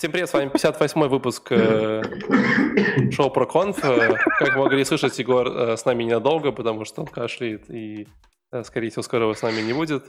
Всем привет, с вами 58-й выпуск шоу ProConf. Как вы могли слышать, Егор с нами ненадолго, потому что он кашляет и, скорее всего, скоро его с нами не будет.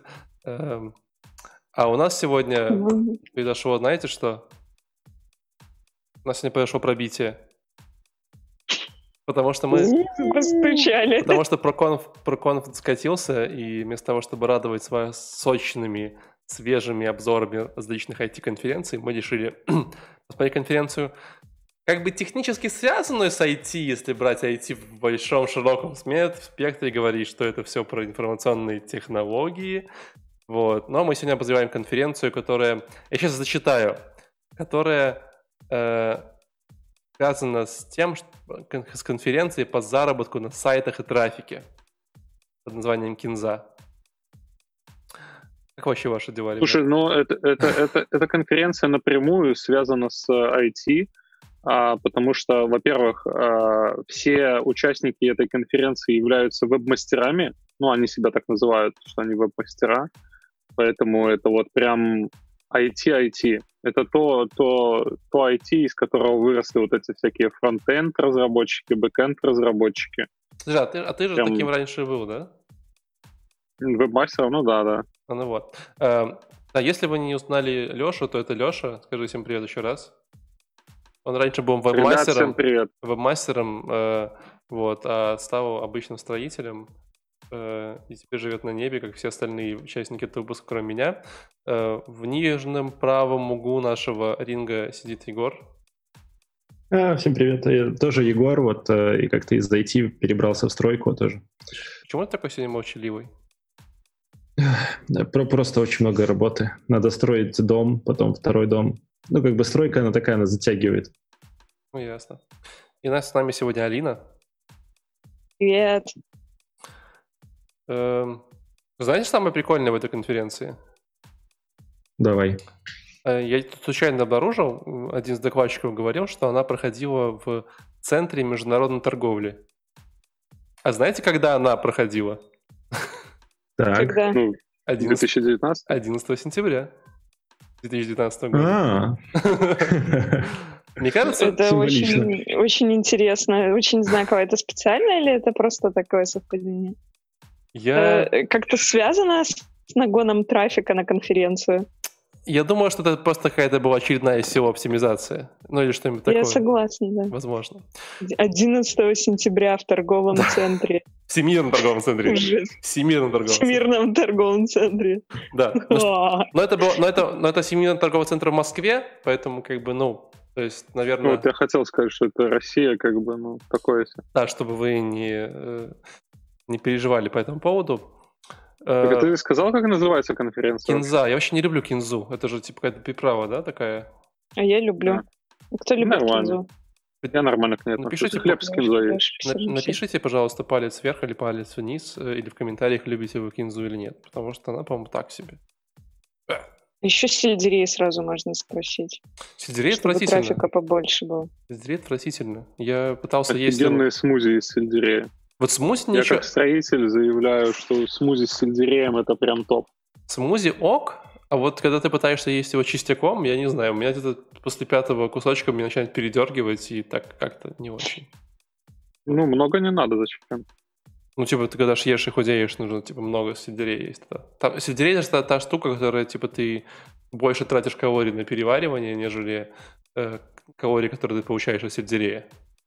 А у нас сегодня произошло, знаете что? У нас сегодня произошло пробитие. Потому что мы... Постучали. Потому что ProConf скатился, и вместо того, чтобы радовать вас сочными, свежими обзорами различных IT-конференций, мы решили посмотреть конференцию, как бы технически связанную с IT, если брать IT в большом широком спектре, говорить, что это все про информационные технологии. Вот. Но мы сегодня обозреваем конференцию, которая, я сейчас зачитаю, которая связана с тем, с конференцией по заработку на сайтах и трафике под названием Кинза. Как вообще ваши дела, ребята? Слушай, ну эта конференция напрямую связана с IT, потому что, во-первых, все участники этой конференции являются веб-мастерами, ну, они себя так называют, что они веб-мастера, поэтому это вот прям IT. Это то IT, из которого выросли вот эти всякие фронт-энд разработчики, бэк-энд разработчики. Слушай, а ты же прям... таким раньше был, да? Веб-мастером, ну да. Ну вот. Да, если вы не узнали Лешу, то это Леша. Скажи всем привет еще раз. Он раньше был веб-мастером. Веб-мастером, вот, а стал обычным строителем. И теперь живет на небе, как все остальные участники этого выпуска, кроме меня. В нижнем правом углу нашего ринга сидит Егор. Всем привет, я тоже Егор, вот, и как-то из IT перебрался в стройку тоже. Почему ты такой сегодня молчаливый? Просто очень много работы. Надо строить дом, потом второй дом. Ну, как бы стройка, она такая, она затягивает. Ну, ясно. И нас с нами сегодня Алина. Привет. Знаете, самое прикольное в этой конференции? Давай. Я тут случайно обнаружил, один из докладчиков говорил, что она проходила в Центре международной торговли. А знаете, когда она проходила? Так. Когда? 2019? 11 сентября 2019 года. Мне кажется, это очень интересно, очень знаково. Это специально или это просто такое совпадение? Как-то связано с нагоном трафика на конференцию? Я думаю, что это просто какая-то была очередная SEO-оптимизация. Ну или что-нибудь такое. Я согласна, да. Возможно. 11 сентября в торговом центре. В Всемирном торговом центре. Всемирном торговом центре. Да. Но это Всемирный торговый центр в Москве, поэтому как бы, то есть, наверное... Вот я хотел сказать, что это Россия, как бы, такое себе. Да, чтобы вы не переживали по этому поводу. Так, ты сказал, как называется конференция? Кинза. Я вообще не люблю кинзу. Это же типа какая-то приправа, да, такая? А я люблю. Да. Кто любит кинзу? Я нормально к ней отношусь. Хлеб с кинзой. Напишите, пожалуйста, палец вверх или палец вниз, или в комментариях, любите вы кинзу или нет, потому что она, по-моему, так себе. Еще сельдерей сразу можно спросить. Сельдерей отвратительно. Чтобы трафика побольше было. Сельдерей отвратительно. Я пытался есть... Офигенные смузи из сельдерея. Вот смузи Я как строитель заявляю, что смузи с сельдереем это прям топ. Смузи ок, а вот когда ты пытаешься есть его чистяком, я не знаю, у меня где-то после 5-го кусочка меня начинает передергивать, и так как-то не очень. Ну, много не надо, зачем? Ну, типа, ты когда ешь и худеешь, нужно, типа, много сельдерея есть. Сельдерей — это та штука, которая, типа, ты больше тратишь калорий на переваривание, нежели калории, которые ты получаешь от сельдерея.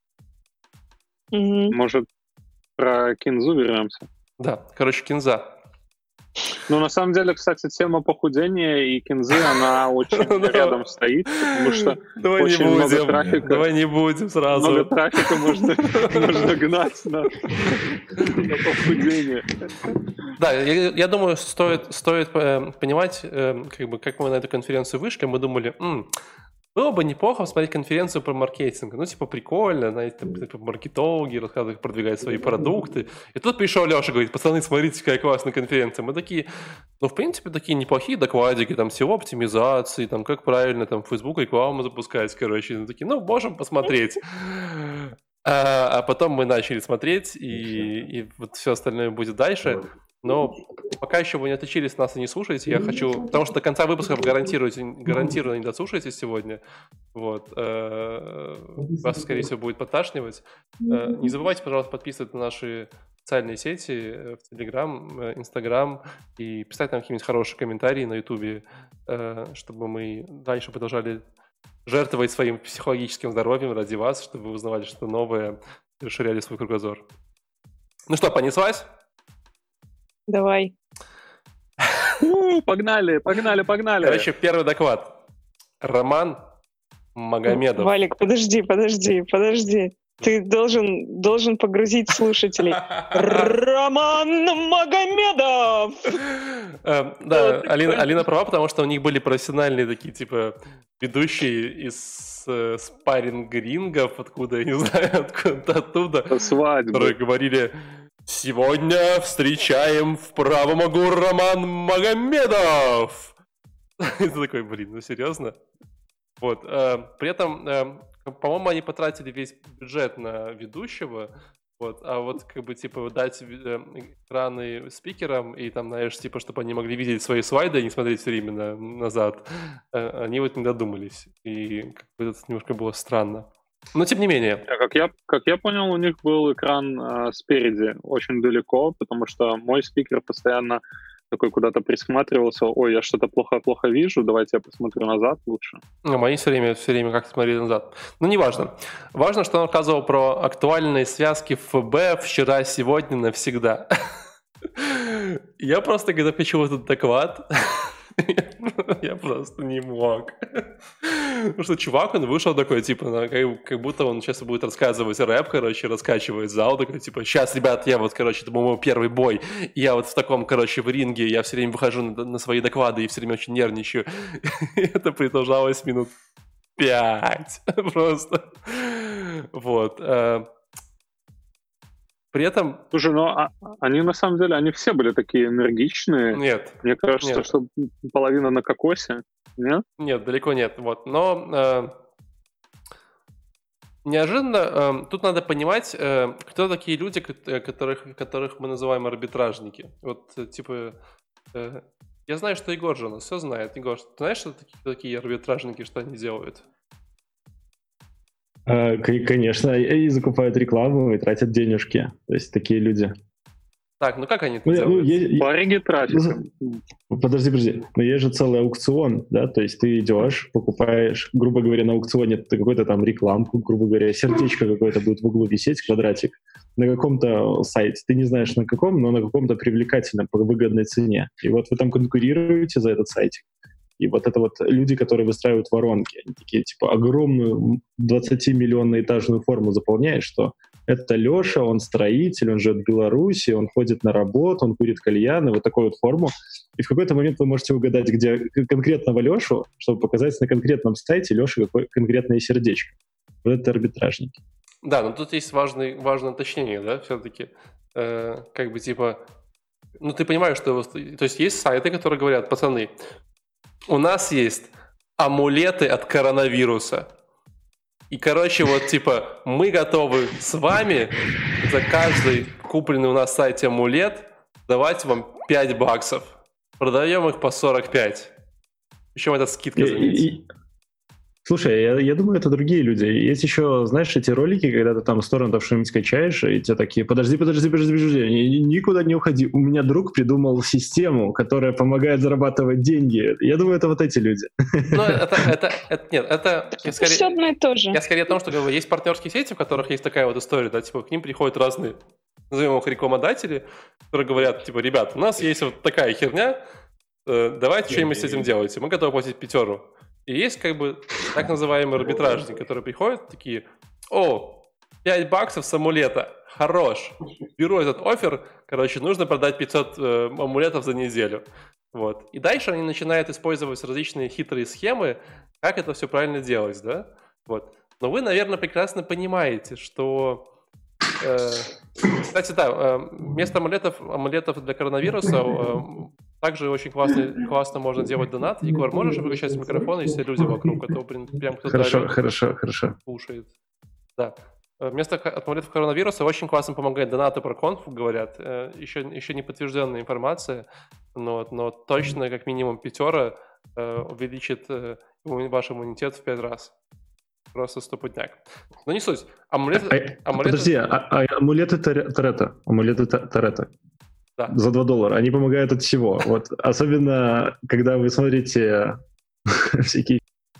Может, про кинзу вернемся? Да, короче, кинза. Ну, на самом деле, кстати, тема похудения и кинзы, она очень рядом стоит, потому что очень много трафика. Давай не будем сразу. Много трафика можно гнать на похудение. Да, я думаю, стоит понимать, как мы на эту конференцию вышли, мы думали, было бы неплохо посмотреть конференцию про маркетинг. Ну, типа, прикольно, знаете, там, маркетологи рассказывают, продвигают свои продукты. И тут пришел Леша, говорит: пацаны, смотрите, какая классная конференция. Мы такие, в принципе, такие неплохие докладики, там, SEO-оптимизации, там, как правильно, там, в Facebook рекламу запускать, короче. Мы такие, можем посмотреть. А потом мы начали смотреть, и вот все остальное будет дальше. Но пока еще вы не отличились, нас и не слушаете, я хочу... Потому что до конца выпусков гарантированно не дослушаете сегодня. Вот. Вас, скорее всего, будет подташнивать. Не забывайте, пожалуйста, подписываться на наши социальные сети, в Telegram, Instagram, и писать нам какие-нибудь хорошие комментарии на YouTube, чтобы мы дальше продолжали жертвовать своим психологическим здоровьем ради вас, чтобы вы узнавали что-то новое и расширяли свой кругозор. Ну что, понеслась? Давай. Погнали. Короче, первый доклад. Роман Магомедов. Валик, подожди. Ты должен погрузить слушателей. Роман Магомедов! Да, Алина права, потому что у них были профессиональные такие, типа, ведущие из спарринг-рингов, откуда, я не знаю, откуда оттуда, Свадьбы. которые говорили: «Сегодня встречаем в правом углу Роман Магомедов!» Это такой, блин, ну серьезно? Вот, при этом, по-моему, они потратили весь бюджет на ведущего, вот, а вот как бы, типа, дать экраны спикерам и там, знаешь, типа, чтобы они могли видеть свои слайды и не смотреть все время назад, они вот не додумались, и как бы это немножко было странно. Но тем не менее. Как я понял, у них был экран спереди, очень далеко, потому что мой спикер постоянно такой куда-то присматривался: ой, я что-то плохо вижу, давайте я посмотрю назад лучше. Ну, мои все время как-то смотрели назад. Ну, неважно. Важно, что он рассказывал про актуальные связки ФБ вчера, сегодня, навсегда. Я просто, когда включил этот доклад, я просто не мог. Потому что чувак, он вышел такой, типа, как будто он сейчас будет рассказывать рэп, короче, раскачивает зал, такой, типа, сейчас, ребят, я вот, короче, это мой первый бой, и я вот в таком, короче, в ринге, я все время выхожу на свои доклады и все время очень нервничаю. И это продолжалось минут 5 просто. Вот. При этом... Слушай, ну они на самом деле, они все были такие энергичные. Нет. Мне кажется, что половина на кокосе. Нет? Нет, далеко нет. Вот. Но неожиданно тут надо понять, кто такие люди, которых мы называем арбитражники. Вот, типа, я знаю, что Егор же у нас все знает. Егор, ты знаешь, что такие арбитражники, что они делают? Конечно, и закупают рекламу, и тратят денежки. То есть такие люди. Так, ну как они это делают? По регистраторам. Подожди. Но есть же целый аукцион, да? То есть ты идешь, покупаешь, грубо говоря, на аукционе какой-то там рекламку, грубо говоря, сердечко какое-то будет в углу висеть, квадратик, на каком-то сайте. Ты не знаешь на каком, но на каком-то привлекательном, по выгодной цене. И вот вы там конкурируете за этот сайтик. И вот это вот люди, которые выстраивают воронки, они такие, типа, огромную 20-миллионную этажную форму заполняют, что это Леша, он строитель, он живет в Беларуси, он ходит на работу, он курит кальян, и вот такую вот форму. И в какой-то момент вы можете угадать, где конкретного Лешу, чтобы показать на конкретном сайте Леше какое конкретное сердечко. Вот это арбитражники. Да, но тут есть важное уточнение, да, все-таки. Как бы, типа, ну ты понимаешь, что... То есть сайты, которые говорят: пацаны, у нас есть амулеты от коронавируса. И, короче, вот, типа, мы готовы с вами за каждый купленный у нас на сайте амулет давать вам $5. Продаем их по 45. Причем это скидка, заметьте. Слушай, я думаю, это другие люди. Есть еще, знаешь, эти ролики, когда ты там с торрентов что-нибудь качаешь, и те такие: подожди, никуда не уходи. У меня друг придумал систему, которая помогает зарабатывать деньги. Я думаю, это вот эти люди. Ну, это все одно и то же. Я скорее о том, что говорю, есть партнерские сети, в которых есть такая вот история, да, типа, к ним приходят разные, назовем их, рекламодатели, которые говорят, типа: ребят, у нас есть вот такая херня, давайте что-нибудь с этим делайте, мы готовы платить $5. И есть как бы так называемые арбитражники, которые приходят такие: о, $5 с амулета, хорош, беру этот оффер, короче, нужно продать 500 амулетов за неделю. Вот. И дальше они начинают использовать различные хитрые схемы, как это все правильно делать, да? Вот. Но вы, наверное, прекрасно понимаете, что... Кстати, да, вместо амулетов для коронавируса также очень классно можно делать донат. Егор, можешь выключать микрофон, если люди вокруг, а то прям кто-то Хорошо. слушает. Да. вместо амулетов коронавируса очень классно помогает донаты про конф, говорят. Еще не подтвержденная информация, но точно как минимум 5 увеличит ваш иммунитет в 5 раз. Просто стопудняк. Но не суть. Подожди, амулеты Торетто. Да. За $2. Они помогают от всего. Вот. Особенно, когда вы смотрите всякие...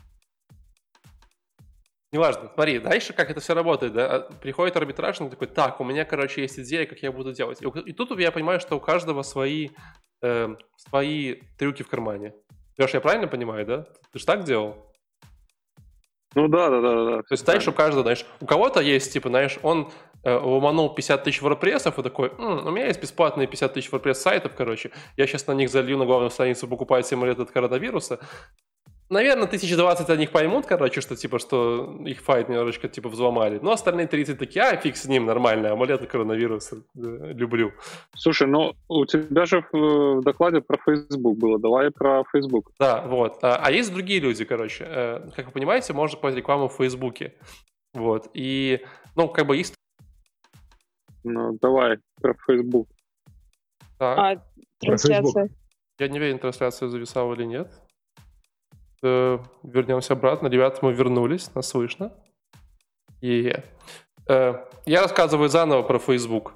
Неважно. Смотри, дальше как это все работает, да? Приходит арбитражник такой, так, у меня, есть идея, как я буду делать. И тут я понимаю, что у каждого свои трюки в кармане. Леш, я правильно понимаю, да? Ты же так делал? Ну да. То есть дальше у каждого, у кого-то есть, он ломанул 50 тысяч WordPress и такой, у меня есть бесплатные 50 тысяч WordPress сайтов, я сейчас на них залью на главную страницу покупать симулятор от коронавируса. Наверное, 1020 от них поймут, что их файт немножечко, взломали. Но остальные 30 такие, фиг с ним, нормально, амулеты коронавируса, люблю. Слушай, у тебя же в докладе про Facebook было, давай про Facebook. Да, вот. А есть другие люди, как вы понимаете, можно покупать рекламу в Фейсбуке. Вот, и, есть... Ну, давай про Facebook. Так. Трансляция? Я не уверен, трансляция зависала или нет. Вернемся обратно. Ребята, мы вернулись, нас слышно. Я рассказываю заново про Facebook.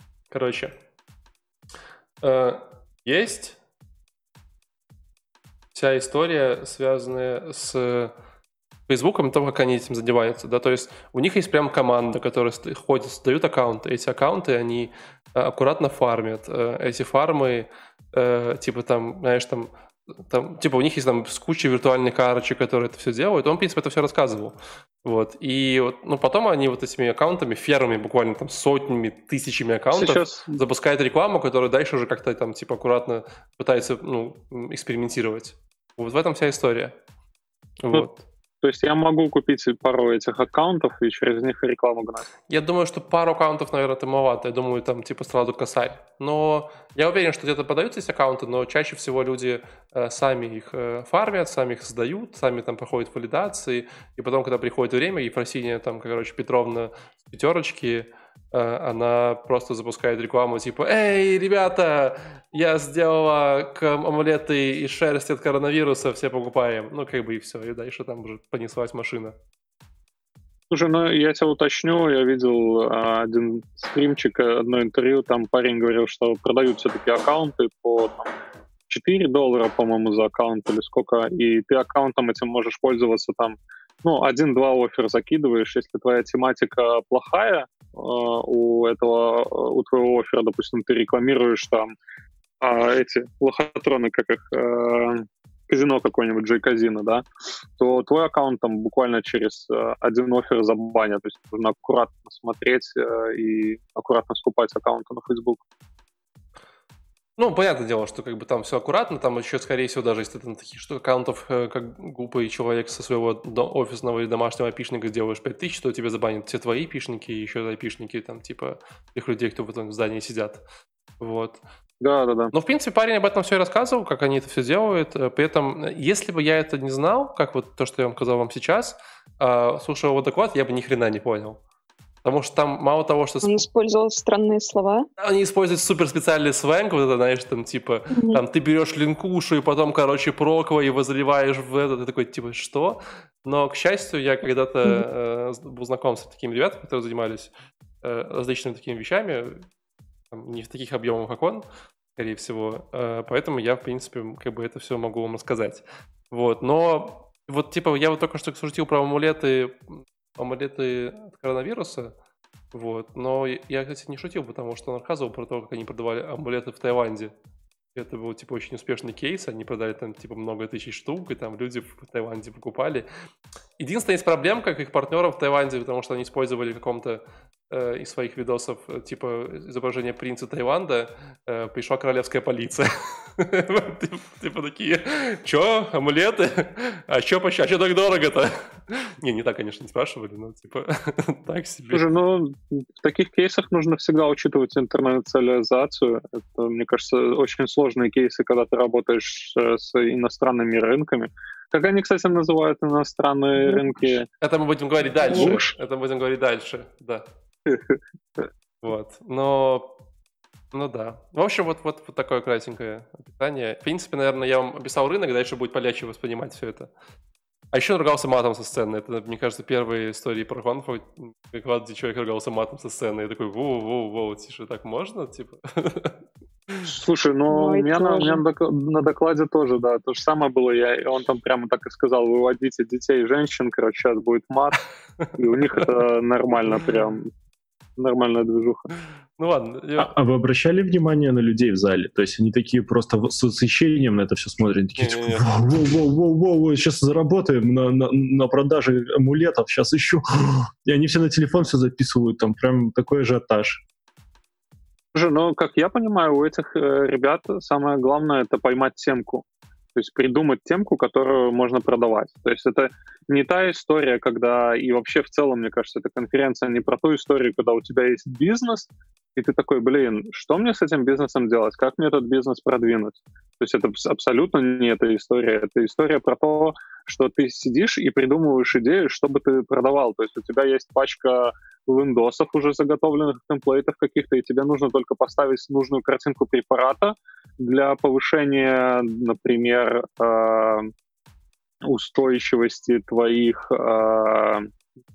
Есть вся история, связанная с Фейсбуком, то, как они этим занимаются. Да? То есть у них есть прям команда, которая ходит, создают аккаунты. Эти аккаунты, они аккуратно фармят. Эти фармы, у них есть куча виртуальных карточек, которые это все делают. Он, в принципе, это все рассказывал. Вот. И потом они этими аккаунтами, фермами, буквально сотнями, тысячами аккаунтов запускают рекламу, которая дальше уже как-то аккуратно пытается экспериментировать. Вот в этом вся история. Вот. То есть я могу купить пару этих аккаунтов и через них рекламу гнать? Я думаю, что пару аккаунтов, наверное, это маловато. Я думаю, сразу косарь. Но я уверен, что где-то подаются эти аккаунты, но чаще всего люди сами их фармят, сами их создают, сами проходят валидации. И потом, когда приходит время, Ефросинья, Петровна с 5, она просто запускает рекламу, «Эй, ребята, я сделала амулеты из шерсти от коронавируса, все покупаем». И все, и дальше уже понеслась машина. Слушай, я тебя уточню, я видел один стримчик, одно интервью, там парень говорил, что продают все-таки аккаунты по $4, по-моему, за аккаунт или сколько, и ты аккаунтом этим можешь пользоваться 1-2 оффер закидываешь, если твоя тематика плохая, у твоего оффера, допустим, ты рекламируешь эти лохотроны, как их, казино какое-нибудь, J-казино, да, то твой аккаунт буквально через один оффер забанят, то есть нужно аккуратно смотреть и аккуратно скупать аккаунты на Facebook. Понятное дело, что там все аккуратно, там еще, скорее всего, даже если ты на таких аккаунтов, как глупый человек со своего офисного или домашнего айпишника делаешь 5000, то тебе забанят все твои айпишники и еще айпишники, тех людей, кто в этом здании сидят. Вот. Да. Но, в принципе, парень об этом все и рассказывал, как они это все делают. При этом, если бы я это не знал, как то, что я вам сказал вам сейчас, слушая его доклад, я бы ни хрена не понял. Потому что там мало того, что... Он использовал странные слова. Они используют суперспециальный сленг, ты берешь линкушу и потом, проква его заливаешь в это, ты такой, что? Но, к счастью, я когда-то был знаком с такими ребятами, которые занимались различными такими вещами, не в таких объемах, как он, скорее всего, поэтому я, в принципе, это все могу вам рассказать. Вот, но я только что шутил про амулеты от коронавируса, вот, но я, кстати, не шутил, потому что он рассказывал про то, как они продавали амулеты в Таиланде. Это был, очень успешный кейс, они продали много тысяч штук, и люди в Таиланде покупали. Единственная из проблем, как их партнеров в Таиланде, потому что они использовали в каком-то из своих видосов, изображение принца Таиланда, пришла королевская полиция. Такие, чё, амулеты? А чё так дорого-то? Не так, конечно, не спрашивали, но так себе. Слушай, в таких кейсах нужно всегда учитывать интернационализацию. Это, мне кажется, очень сложные кейсы, когда ты работаешь с иностранными рынками. Как они, кстати, называют иностранные рынки? Это мы будем говорить дальше. Да. Вот. Ну да. В общем, вот такое кратенькое описание. В принципе, наверное, я вам описал рынок, дальше будет полегче воспринимать все это. А еще он ругался матом со сцены. Это, мне кажется, первые истории про конфу, где человек ругался матом со сцены. Я такой, воу, тише, так можно? Типа. Слушай, у меня на докладе тоже, да, то же самое было. Он там прямо так и сказал: выводите детей и женщин, короче, сейчас будет мат. И у них это нормально, прям нормальная движуха. Ну ладно. А вы обращали внимание на людей в зале? То есть они такие просто с восхищением на это все смотрят. Такие, воу, сейчас заработаем на продаже амулетов, сейчас еще. И они все на телефон все записывают, там прям такой ажиотаж. Слушай, как я понимаю, у этих ребят самое главное — это поймать темку. То есть придумать темку, которую можно продавать. То есть это не та история, когда... И вообще в целом, мне кажется, эта конференция не про ту историю, когда у тебя есть бизнес, и ты такой, что мне с этим бизнесом делать? Как мне этот бизнес продвинуть? То есть это абсолютно не эта история. Это история про то, что ты сидишь и придумываешь идею, чтобы ты продавал. То есть у тебя есть пачка лендосов уже заготовленных, темплейтов каких-то, и тебе нужно только поставить нужную картинку препарата для повышения, например, устойчивости твоего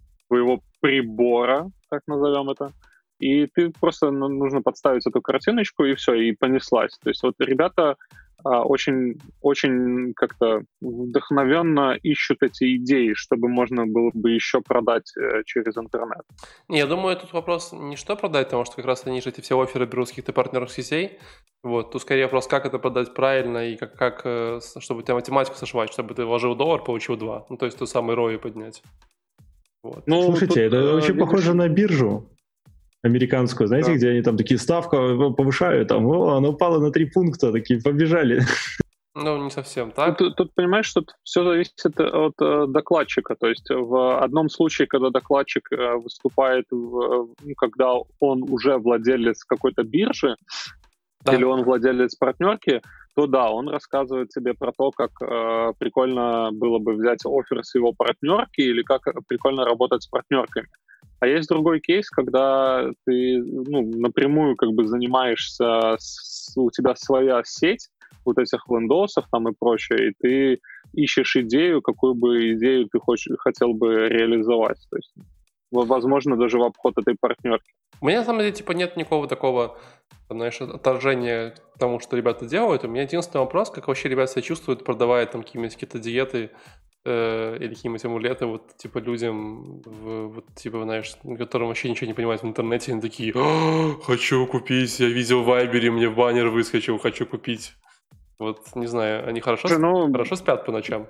прибора, так назовем это. И ты просто нужно подставить эту картиночку, и все, и понеслась. То есть вот ребята очень, очень как-то вдохновенно ищут эти идеи, чтобы можно было бы еще продать через интернет. Я думаю, тут вопрос не что продать, потому что как раз они же эти все офферы берут с каких-то партнерных сетей. Вот. Тут скорее вопрос, как это продать правильно и как чтобы у тебя математику сошивать, чтобы ты вложил $1, получил 2. Ну, то есть тот самый ROI поднять. Вот. Слушайте, это очень похоже на биржу американскую, знаете, где они там такие, ставку повышают, там, она упала на 3 пункта, такие, побежали. Ну, не совсем так. Тут понимаешь, что все зависит от докладчика. То есть в одном случае, когда докладчик выступает, когда он уже владелец какой-то биржи, или он владелец партнерки, то да, он рассказывает тебе про то, как прикольно было бы взять оффер с его партнерки или как прикольно работать с партнерками. А есть другой кейс, когда ты напрямую как бы занимаешься, у тебя своя сеть вот этих лендосов там и прочее, и ты ищешь идею, какую бы идею ты хотел бы реализовать. То есть, возможно, даже в обход этой партнерки. У меня, на самом деле, нет никакого такого, отторжения к тому, что ребята делают. У меня единственный вопрос, как вообще ребята себя чувствуют, продавая там какие-то диеты или какие-нибудь амулеты вот типа людям, которым вообще ничего не понимают в интернете, они такие: хочу купить, я видел в Вайбере, мне баннер выскочил, хочу купить. Вот, не знаю, они хорошо спят по ночам?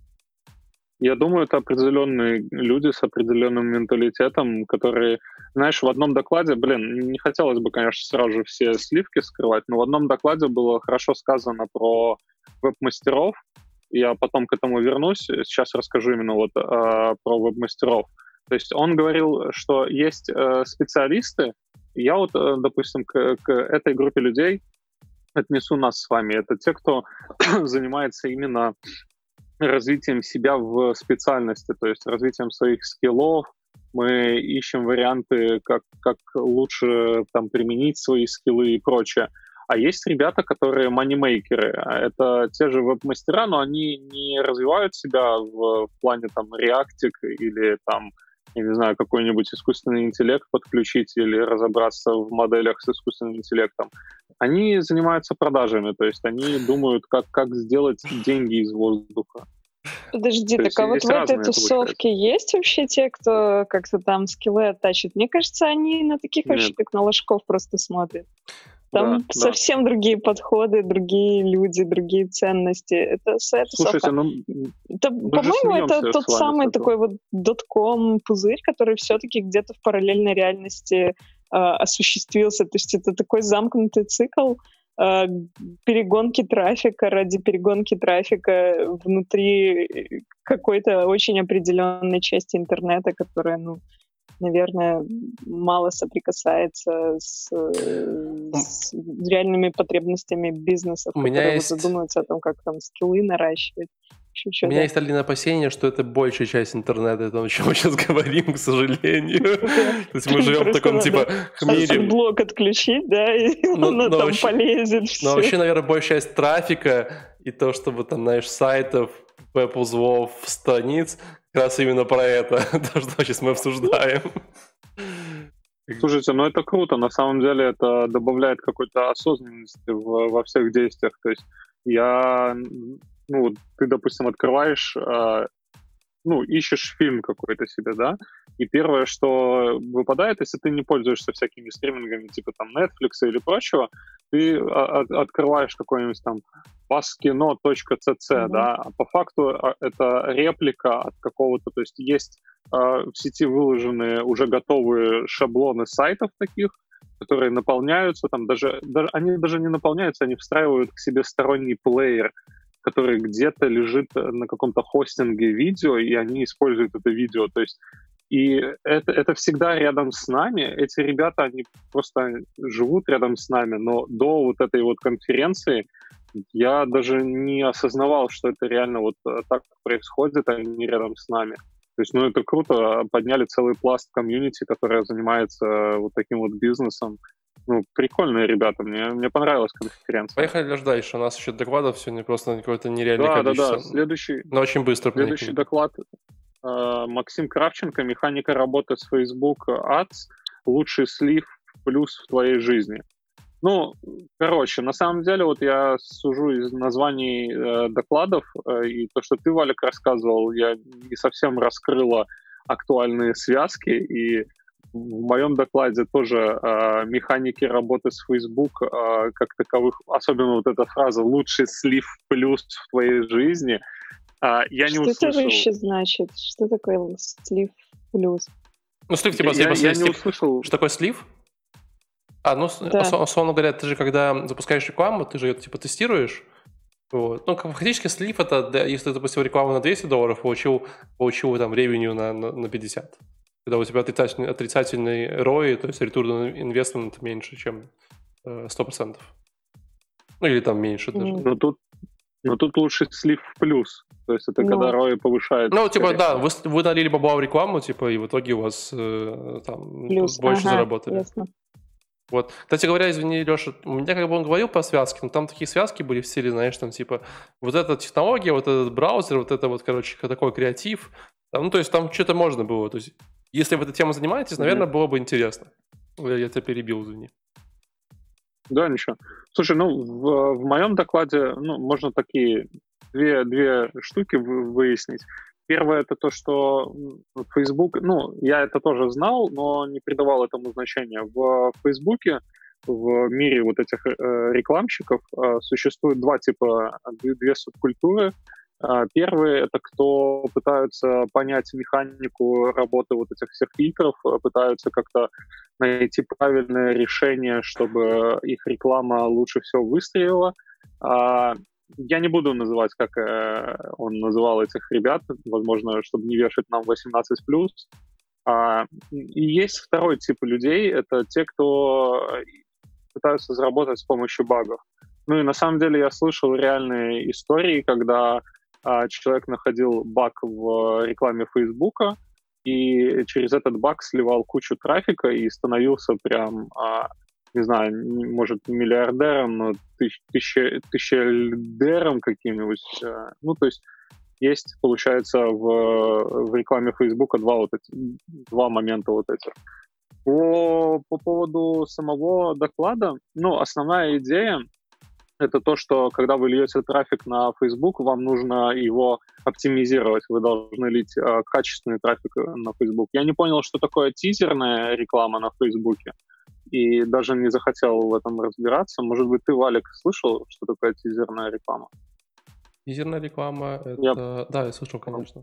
Я думаю, это определенные люди с определенным менталитетом, которые, знаешь, в одном докладе, не хотелось бы, конечно, сразу же все сливки скрывать, но в одном докладе было хорошо сказано про веб-мастеров. Я потом к этому вернусь. Сейчас расскажу именно про веб-мастеров. То есть он говорил, что есть специалисты. Я допустим, к этой группе людей отнесу нас с вами. Это те, кто занимается именно развитием себя в специальности, то есть развитием своих скиллов. Мы ищем варианты, как лучше там применить свои скиллы и прочее. А есть ребята, которые манимейкеры. Это те же веб-мастера, но они не развивают себя в плане там реактик или там, я не знаю, какой-нибудь искусственный интеллект подключить или разобраться в моделях с искусственным интеллектом. Они занимаются продажами, то есть они думают, как сделать деньги из воздуха. Подожди, так а вот в этой тусовке есть вообще те, кто как-то там скиллы оттачит? Мне кажется, они на таких вообще как на ложков просто смотрят. Там совсем другие подходы, другие люди, другие ценности. Это Слушайте, по-моему, это тот самый такой вот дотком-пузырь, который все-таки где-то в параллельной реальности осуществился. То есть это такой замкнутый цикл перегонки трафика ради перегонки трафика внутри какой-то очень определенной части интернета, которая, наверное, мало соприкасается с реальными потребностями бизнесов, которые задумываются о том, как там скиллы наращивать. У меня есть один опасение, что это большая часть интернета, о чем мы сейчас говорим, к сожалению. То есть мы живем в таком, типа, мире. Блок отключить, да, и он там полезет. Но вообще, наверное, большая часть трафика и то, чтобы там, знаешь, сайтов, веб-узлов, страниц, как раз именно про это, то, что сейчас мы обсуждаем. Слушайте, ну это круто, на самом деле это добавляет какой-то осознанности во всех действиях, то есть ты, допустим, открываешь, ищешь фильм какой-то себе, да, и первое, что выпадает, если ты не пользуешься всякими стримингами, типа там Netflix или прочего, ты открываешь какой-нибудь там passkino.cc, да, а по факту это реплика от какого-то, то есть есть в сети выложенные уже готовые шаблоны сайтов таких, которые наполняются, там они даже не наполняются, они встраивают к себе сторонний плеер, который где-то лежит на каком-то хостинге видео, и они используют это видео. То есть и это всегда рядом с нами. Эти ребята, они просто живут рядом с нами, но до вот этой вот конференции я даже не осознавал, что это реально вот так происходит, а не рядом с нами. То есть, это круто, подняли целый пласт комьюнити, которая занимается вот таким вот бизнесом. Прикольные ребята, мне понравилась конференция. Поехали дальше, у нас еще докладов сегодня просто какое-то нереальное количество. Да, следующий, но очень быстро. Следующий доклад Максим Кравченко, механика работы с Facebook Ads, лучший слив плюс в твоей жизни. На самом деле, вот я сужу из названий докладов, и то, что ты, Валик, рассказывал, я не совсем раскрыла актуальные связки, и в моем докладе тоже механики работы с Facebook как таковых, особенно вот эта фраза «лучший слив плюс в твоей жизни», я не услышал. Что это вообще значит? Что такое слив плюс? Слив типа я не услышал. Что такое слив? Условно говоря, ты же когда запускаешь рекламу, ты же ее типа тестируешь. Вот. Фактически слив это, если ты запустил рекламу на $200, получил там ревеню на 50. Когда у тебя отрицательный ROI, то есть return on investment меньше, чем 100%. Или там меньше даже. Но тут лучше слив в плюс. То есть это когда ROI повышается. Да, вы налили бабла в рекламу, и в итоге у вас там плюс. Больше заработали. Ясно. Вот. Кстати говоря, извини, Леша, у меня он говорил про связки, но там такие связки были в стиле, знаешь, там вот эта технология, вот этот браузер, вот это вот, такой креатив. То есть там что-то можно было. То есть если вы этой темой занимаетесь, наверное, было бы интересно. Я тебя перебил, извини. Да, ничего. Слушай, в моем докладе, можно такие две штуки выяснить. Первое — это то, что Facebook, я это тоже знал, но не придавал этому значения. В Фейсбуке, в мире вот этих рекламщиков существует две субкультуры. Первые — это кто пытаются понять механику работы вот этих всех фильтров, пытаются как-то найти правильное решение, чтобы их реклама лучше всего выстрелила. Я не буду называть, как он называл этих ребят, возможно, чтобы не вешать нам 18+. И есть второй тип людей, это те, кто пытаются заработать с помощью багов. И на самом деле я слышал реальные истории, когда человек находил баг в рекламе Фейсбука и через этот баг сливал кучу трафика и становился прям, не знаю, может, не миллиардером, но тысячелидером каким-нибудь. То есть, получается, в рекламе Фейсбука два момента вот этих. По поводу самого доклада, основная идея — это то, что когда вы льете трафик на Facebook, вам нужно его оптимизировать. Вы должны лить качественный трафик на Facebook. Я не понял, что такое тизерная реклама на Facebook, и даже не захотел в этом разбираться. Может быть, ты, Валик, слышал, что такое тизерная реклама? Тизерная реклама — это... Да, я слышал, конечно.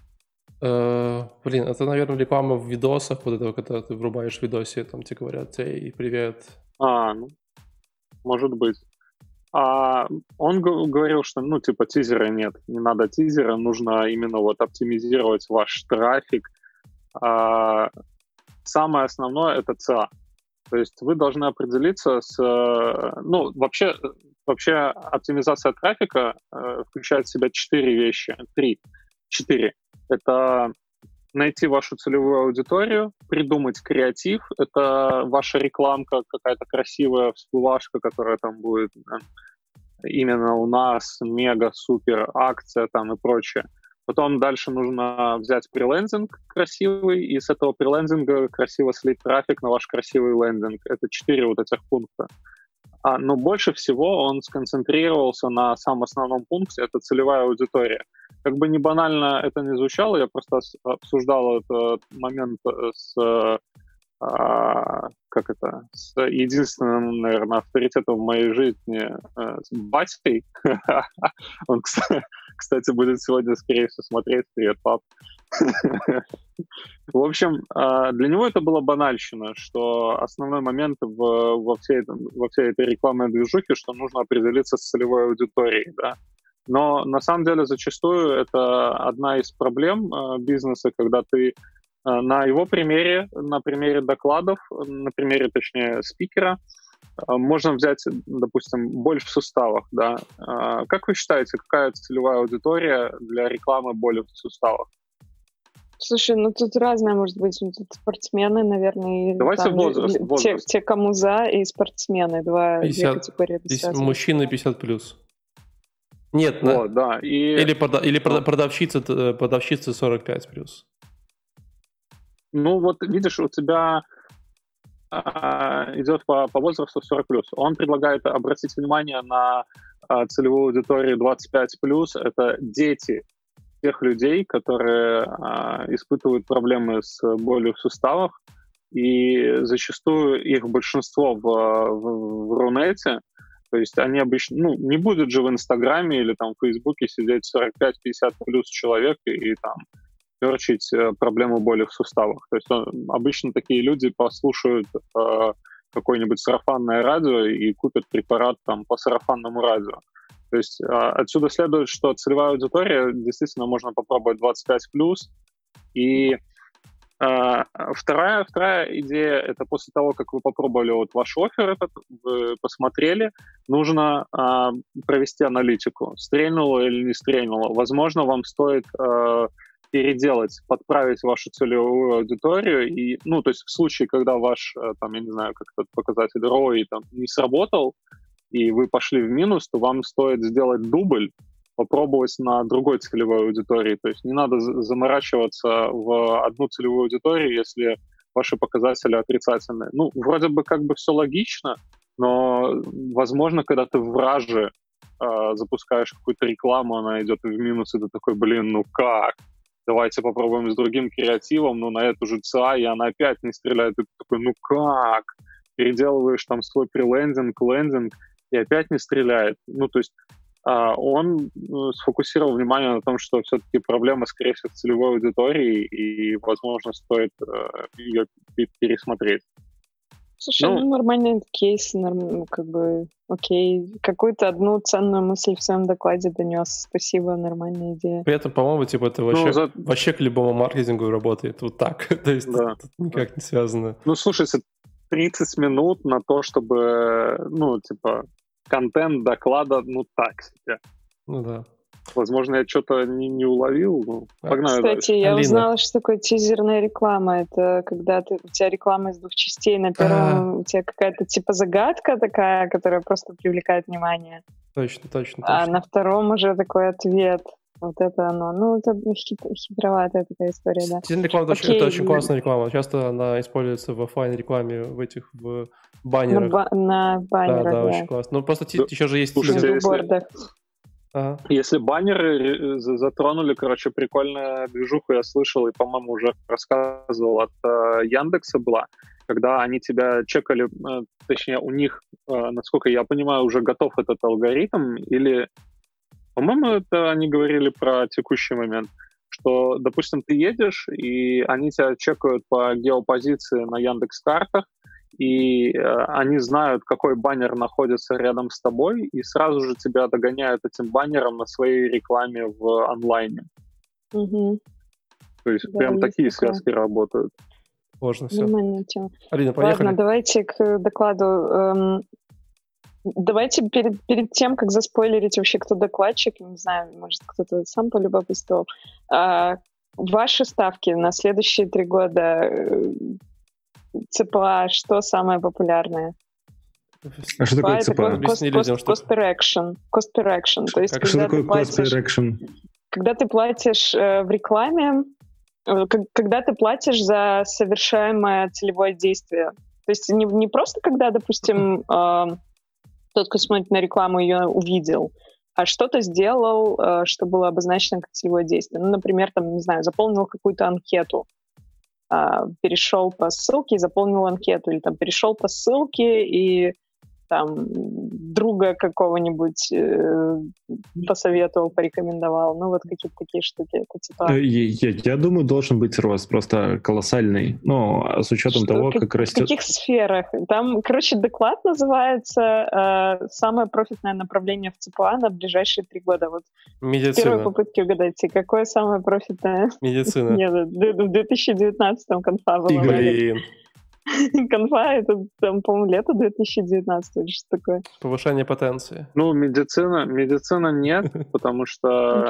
Это, наверное, реклама в видосах, вот этого, когда ты врубаешь в видосе, там тебе говорят: «Эй, привет». Может быть. Он говорил, что, тизера нет, не надо тизера, нужно именно оптимизировать ваш трафик. Самое основное — это ЦА. То есть вы должны определиться с... вообще, вообще оптимизация трафика включает в себя 4 вещи. 4. Это найти вашу целевую аудиторию, придумать креатив. Это ваша рекламка, какая-то красивая всплывашка, которая там будет именно у нас, мега, супер, акция там и прочее. Потом дальше нужно взять прелендинг красивый, и с этого прелендинга красиво слить трафик на ваш красивый лендинг. Это 4 вот этих пункта. Но больше всего он сконцентрировался на самом основном пункте, это целевая аудитория. Как бы не банально это не звучало, я просто обсуждал этот момент с единственным, наверное, авторитетом в моей жизни, с батей. Он, кстати, будет сегодня, скорее всего, смотреть. Привет, пап. В общем, для него это была банальщина, что основной момент во всей этой рекламной движухе, что нужно определиться с целевой аудиторией, да. Но на самом деле зачастую это одна из проблем бизнеса, когда ты на его примере, на примере докладов, на примере, точнее, спикера, можно взять, допустим, боль в суставах, да. Как вы считаете, какая целевая аудитория для рекламы боли в суставах? Слушай, ну тут разное может быть. Тут спортсмены, наверное. Давайте там, возраст. Те, кому за, и спортсмены. Две категории. Мужчины 50+. Нет, вот, да. Или продавщицы 45+. Ну вот, видишь, у тебя идет по возрасту 40+. Он предлагает обратить внимание на целевую аудиторию 25+. Это дети тех людей, которые испытывают проблемы с болью в суставах, и зачастую их большинство в Рунете, то есть они обычно, не будут же в Инстаграме или там в Фейсбуке сидеть 45-50+ человек и там серчить проблему боли в суставах. То есть обычно такие люди послушают какое-нибудь сарафанное радио и купят препарат там по сарафанному радио. То есть отсюда следует, что целевая аудитория действительно можно попробовать 25+. И вторая идея, это после того, как вы попробовали вот ваш оффер этот, вы посмотрели, нужно провести аналитику, стрельнуло или не стрельнуло. Возможно, вам стоит переделать, подправить вашу целевую аудиторию. И, то есть в случае, когда ваш, там, я не знаю, как этот показатель ROI там не сработал, и вы пошли в минус, то вам стоит сделать дубль, попробовать на другой целевой аудитории. То есть не надо заморачиваться в одну целевую аудиторию, если ваши показатели отрицательные. Вроде бы как бы все логично, но, возможно, когда ты в раже запускаешь какую-то рекламу, она идет в минус, и ты такой, как? Давайте попробуем с другим креативом, но на эту же ЦА, и она опять не стреляет. И ты такой, как? Переделываешь там свой прелендинг, лендинг, и опять не стреляет. То есть он сфокусировал внимание на том, что все-таки проблема, скорее всего, в целевой аудитории, и, возможно, стоит ее пересмотреть. Слушай, нормальный кейс, как бы, окей. Какую-то одну ценную мысль в своем докладе донес. Спасибо, нормальная идея. При этом, по-моему, это вообще к любому маркетингу работает вот так. То есть это никак не связано. Слушайте, 30 минут на то, чтобы, контент доклада, так себе. Да. Возможно, я что-то не уловил. Погнали Кстати, дальше. я узнала, что такое тизерная реклама. Это когда у тебя реклама из 2 частей. На первом у тебя какая-то типа загадка такая, которая просто привлекает внимание. Точно. А на втором уже такой ответ. Вот это оно. Это хитроватая такая история, да. Тизерная реклама это очень классная реклама. Часто она используется в офлайн рекламе в баннерах. На баннерах, да. Очень классно. Просто еще же есть тизер. На билбордах. Если баннеры затронули, прикольная движуха, я слышал и, по-моему, уже рассказывал, от Яндекса была, когда они тебя чекали, точнее, у них, насколько я понимаю, уже готов этот алгоритм, или, по-моему, это они говорили про текущий момент, что, допустим, ты едешь, и они тебя чекают по геопозиции на Яндекс.Картах, и они знают, какой баннер находится рядом с тобой, и сразу же тебя догоняют этим баннером на своей рекламе в онлайне. Угу. То есть прям такие связки работают. Сложно все. Нормальная тема. Алина, поехали. Ладно, давайте к докладу. Давайте перед тем, как заспойлерить вообще, кто докладчик, не знаю, может, кто-то сам полюбопытствовал, ваши ставки на следующие 3 года ЦПА, что самое популярное? А что такое ЦПА? Объясни людям, что... Cost per action. То есть, что такое cost per action? Когда ты платишь в рекламе, когда ты платишь за совершаемое целевое действие. То есть не просто когда, допустим, тот, кто смотрит на рекламу, ее увидел, а что-то сделал, что было обозначено как целевое действие. Ну, например, там, не знаю, заполнил какую-то анкету, перешел по ссылке и заполнил анкету, или там перешел по ссылке и там друга какого-нибудь посоветовал, порекомендовал. Ну, вот какие-то такие штуки. Это типа... Я думаю, должен быть рост просто колоссальный. Но с учетом того, как растет... В каких сферах? Там, короче, доклад называется «Самое профитное направление в ЦПА на ближайшие 3 года». Вот медицина. В первой попытке угадайте, какое самое профитное? Медицина. Нет, в 2019-м конфа была. Блин. Конфа, это, там, по-моему, лето 2019 или что такое. Повышение потенции. Ну, медицина нет, потому что...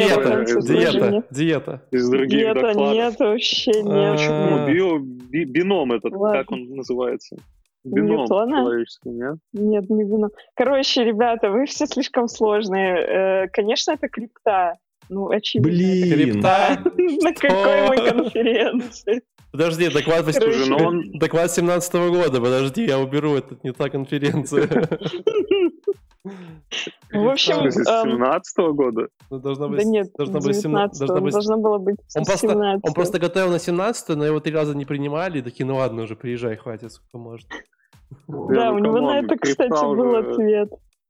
Диета. Из других докладов. Диета нет, вообще нет. Бином этот, как он называется? Бином человеческий, нет? Нет, не бином. Короче, ребята, вы все слишком сложные. Конечно, это крипта. Ну, очевидно. Блин! Крипта? На какой мы конференции? Подожди, доклад 17-го года, подожди, я уберу, это не та конференция. В общем... 17-го года? Да нет, 19-го, должно было быть 17-го. Он просто готовил на 17-й, но его 3 раза не принимали, и такие, ну ладно уже, приезжай, хватит, сколько можно. Да, у него на это, кстати, был ответ.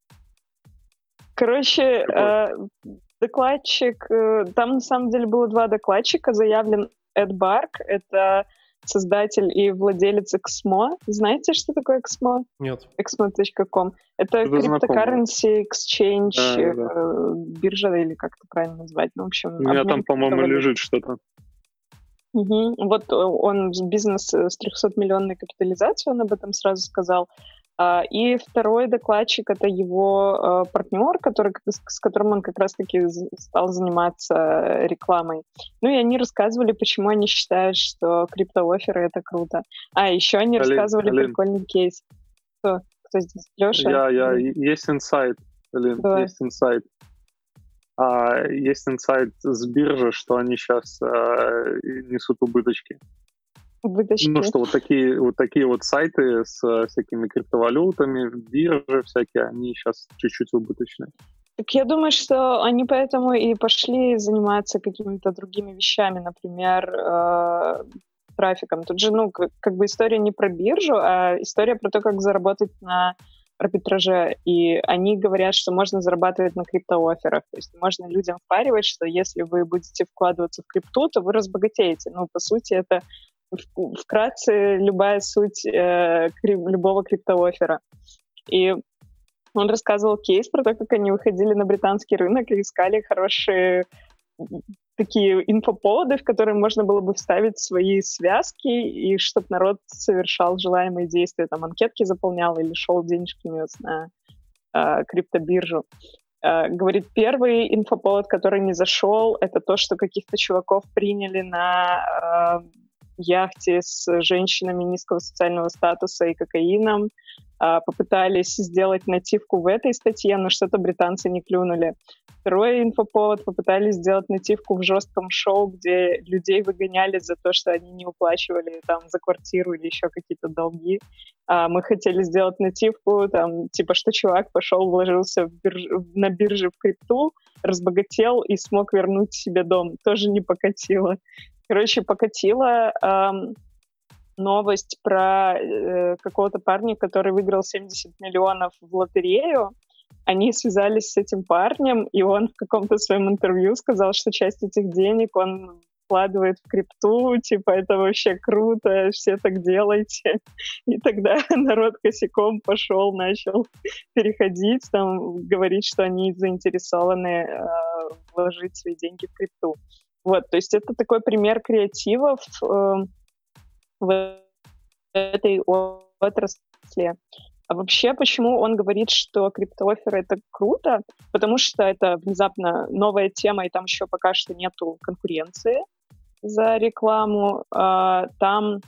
Короче, докладчик, там на самом деле было 2 докладчика, заявлен Эд Барк, это создатель и владелец Exmo. Знаете, что такое Exmo? Нет. Exmo.com. Это cryptocurrency exchange, биржа, или как это правильно назвать. Ну, в общем, у меня там, по-моему, лежит что-то. Вот он бизнес с 300-миллионной капитализацией, он об этом сразу сказал. И второй докладчик — это его партнер, с которым он как раз-таки стал заниматься рекламой. Ну и они рассказывали, почему они считают, что криптооферы — это круто. Еще они рассказывали прикольный кейс. Кто здесь? Леша? Есть инсайт, Алин, есть инсайт. Есть инсайт с биржи, что они сейчас несут убыточки. Ну, что вот такие вот сайты с всякими криптовалютами, биржи всякие, они сейчас чуть-чуть убыточные. Так я думаю, что они поэтому и пошли заниматься какими-то другими вещами, например, трафиком. Тут же, как бы история не про биржу, а история про то, как заработать на арбитраже. И они говорят, что можно зарабатывать на криптооферах. То есть можно людям впаривать, что если вы будете вкладываться в крипту, то вы разбогатеете. Ну, по сути, это вкратце любая суть любого криптооффера. И он рассказывал кейс про то, как они выходили на британский рынок и искали хорошие такие инфоповоды, в которые можно было бы вставить свои связки, и чтобы народ совершал желаемые действия, там анкетки заполнял или шел денежки нес на криптобиржу. Говорит, первый инфоповод, который не зашел, это то, что каких-то чуваков приняли на яхте с женщинами низкого социального статуса и кокаином, попытались сделать нативку в этой статье, но что-то британцы не клюнули. Второй инфоповод: попытались сделать нативку в жестком шоу, где людей выгоняли за то, что они не уплачивали там за квартиру или еще какие-то долги. Мы хотели сделать нативку, там, типа, что чувак пошел, вложился на бирже в крипту, разбогател и смог вернуть себе дом. Тоже не покатило. Короче, покатила новость про какого-то парня, который выиграл 70 миллионов в лотерею. Они связались с этим парнем, и он в каком-то своем интервью сказал, что часть этих денег он вкладывает в крипту, типа, это вообще круто, все так делайте. И тогда народ косяком пошел, начал переходить, там, говорить, что они заинтересованы вложить свои деньги в крипту. Вот, то есть это такой пример креативов в этой отрасли. А вообще, почему он говорит, что криптооферы — это круто? Потому что это внезапно новая тема, и там еще пока что нету конкуренции за рекламу. Там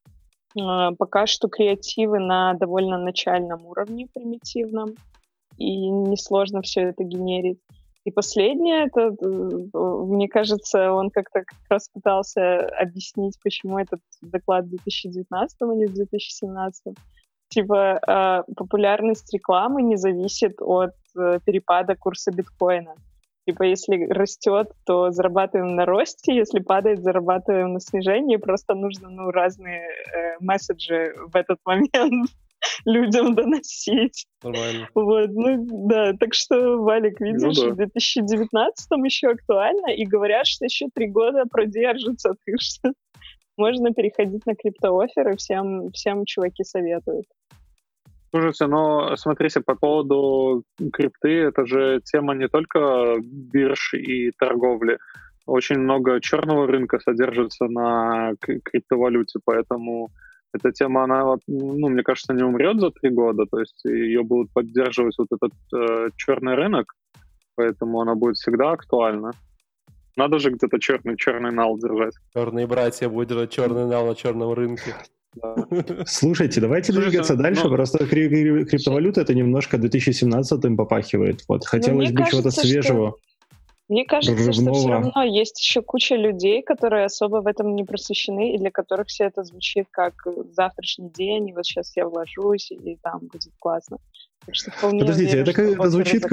пока что креативы на довольно начальном уровне, примитивном, и несложно все это генерить. И последнее, это, мне кажется, он как-то как раз пытался объяснить, почему этот доклад в 2019, а не в 2017. Типа, популярность рекламы не зависит от перепада курса биткоина. Типа, если растет, то зарабатываем на росте, если падает, зарабатываем на снижении. Просто нужно, разные месседжи в этот момент людям доносить. Нормально. Вот, да, так что, Валик, видишь, в 2019-м еще актуально, и говорят, что еще 3 года продержится, так что можно переходить на криптооферы, всем чуваки советуют. Слушайте, но смотрите, по поводу крипты, это же тема не только бирж и торговли. Очень много черного рынка содержится на криптовалюте, поэтому эта тема, она, мне кажется, не умрет за 3 года, то есть ее будут поддерживать вот этот черный рынок, поэтому она будет всегда актуальна. Надо же где-то черный нал держать. Черные братья будут держать черный нал на черном рынке. Да. Слушайте, давайте двигаться дальше. Просто криптовалюта это немножко 2017-м попахивает. Вот хотелось бы чего-то свежего. Мне кажется, что все равно есть еще куча людей, которые особо в этом не просвещены, и для которых все это звучит как завтрашний день, и вот сейчас я вложусь, и там будет классно. Так что вполне Подождите, уверен, это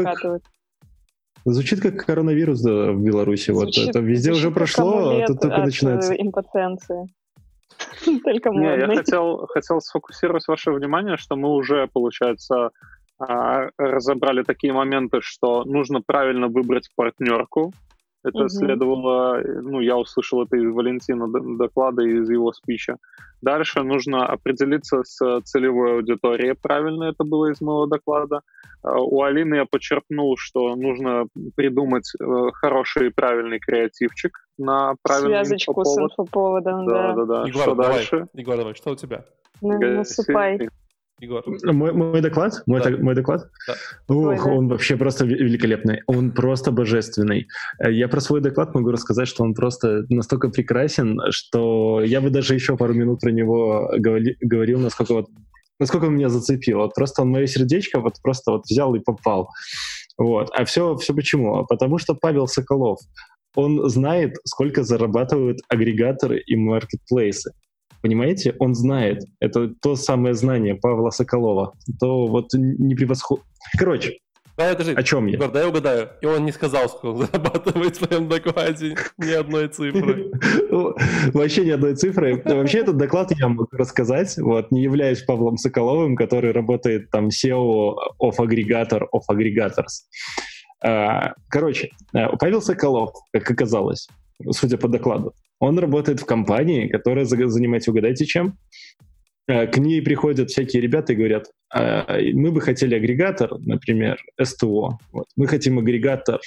звучит как коронавирус в Беларуси. Вот это везде уже прошло, а тут только начинается. Импотенции. Только не, я хотел сфокусировать ваше внимание, что мы уже, получается, разобрали такие моменты, что нужно правильно выбрать партнерку. Это следовало, я услышал это из Валентина доклада, из его спича. Дальше нужно определиться с целевой аудиторией, правильно это было из моего доклада. У Алины я подчеркнул, что нужно придумать хороший и правильный креативчик на правильный связочку с инфоповодом, да. Егор, что давай, дальше? Егор, давай, что у тебя? Насыпай. Егор. Мой доклад? Мой доклад? Да. Он вообще просто великолепный. Он просто божественный. Я про свой доклад могу рассказать, что он просто настолько прекрасен, что я бы даже еще пару минут про него говорил, насколько он меня зацепил. Вот просто он мое сердечко просто взял и попал. Вот. А все почему? Потому что Павел Соколов, он знает, сколько зарабатывают агрегаторы и маркетплейсы. Понимаете? Он знает. Это то самое знание Павла Соколова. То вот не превосход... Короче, о чем я? Егор, дай угадаю. И он не сказал, сколько он зарабатывает в своем докладе. Ни одной цифры. Вообще ни одной цифры. Вообще этот доклад я могу рассказать. Вот, не являюсь Павлом Соколовым, который работает там SEO of Aggregator of Aggregators. Короче, Павел Соколов, как оказалось, судя по докладу, он работает в компании, которая занимается, угадайте, чем? К ней приходят всякие ребята и говорят, мы бы хотели агрегатор, например, СТО. Вот. Мы хотим агрегатор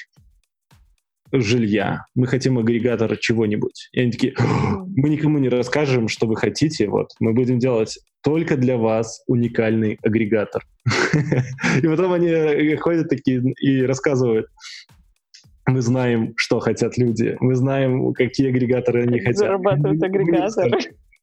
жилья, мы хотим агрегатор чего-нибудь. И они такие, мы никому не расскажем, что вы хотите, вот. Мы будем делать только для вас уникальный агрегатор. И потом они ходят такие и рассказывают, мы знаем, что хотят люди. Мы знаем, какие агрегаторы они хотят. Зарабатывают агрегаторы.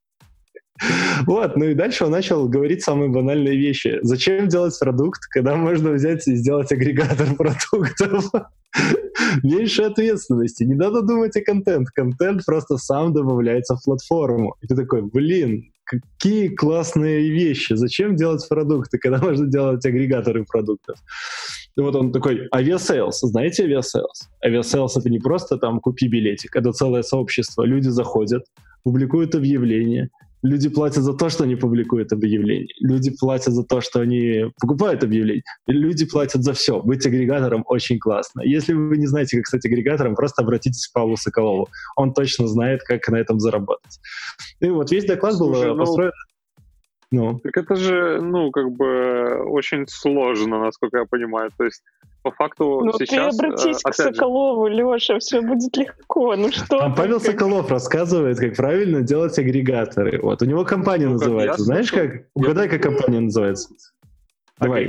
Вот, и дальше он начал говорить самые банальные вещи. Зачем делать продукт, когда можно взять и сделать агрегатор продуктов? Меньше ответственности. Не надо думать о контент. Контент просто сам добавляется в платформу. И ты такой, какие классные вещи. Зачем делать продукты, когда можно делать агрегаторы продуктов? И вот он такой, авиасейлс. Знаете авиасейлс? Авиасейлс — это не просто там купи билетик, это целое сообщество. Люди заходят, публикуют объявления, люди платят за то, что они публикуют объявления, люди платят за то, что они покупают объявления, люди платят за все. Быть агрегатором очень классно. Если вы не знаете, как стать агрегатором, просто обратитесь к Павлу Соколову. Он точно знает, как на этом заработать. И вот весь доклад был построен... Так это же, очень сложно, насколько я понимаю. То есть, по факту, сейчас... ты обратись к Соколову, Леша, все будет легко. Что там Павел Соколов рассказывает, как правильно делать агрегаторы. Вот, у него компания называется. Знаешь, как? Угадай, как компания называется. Давай.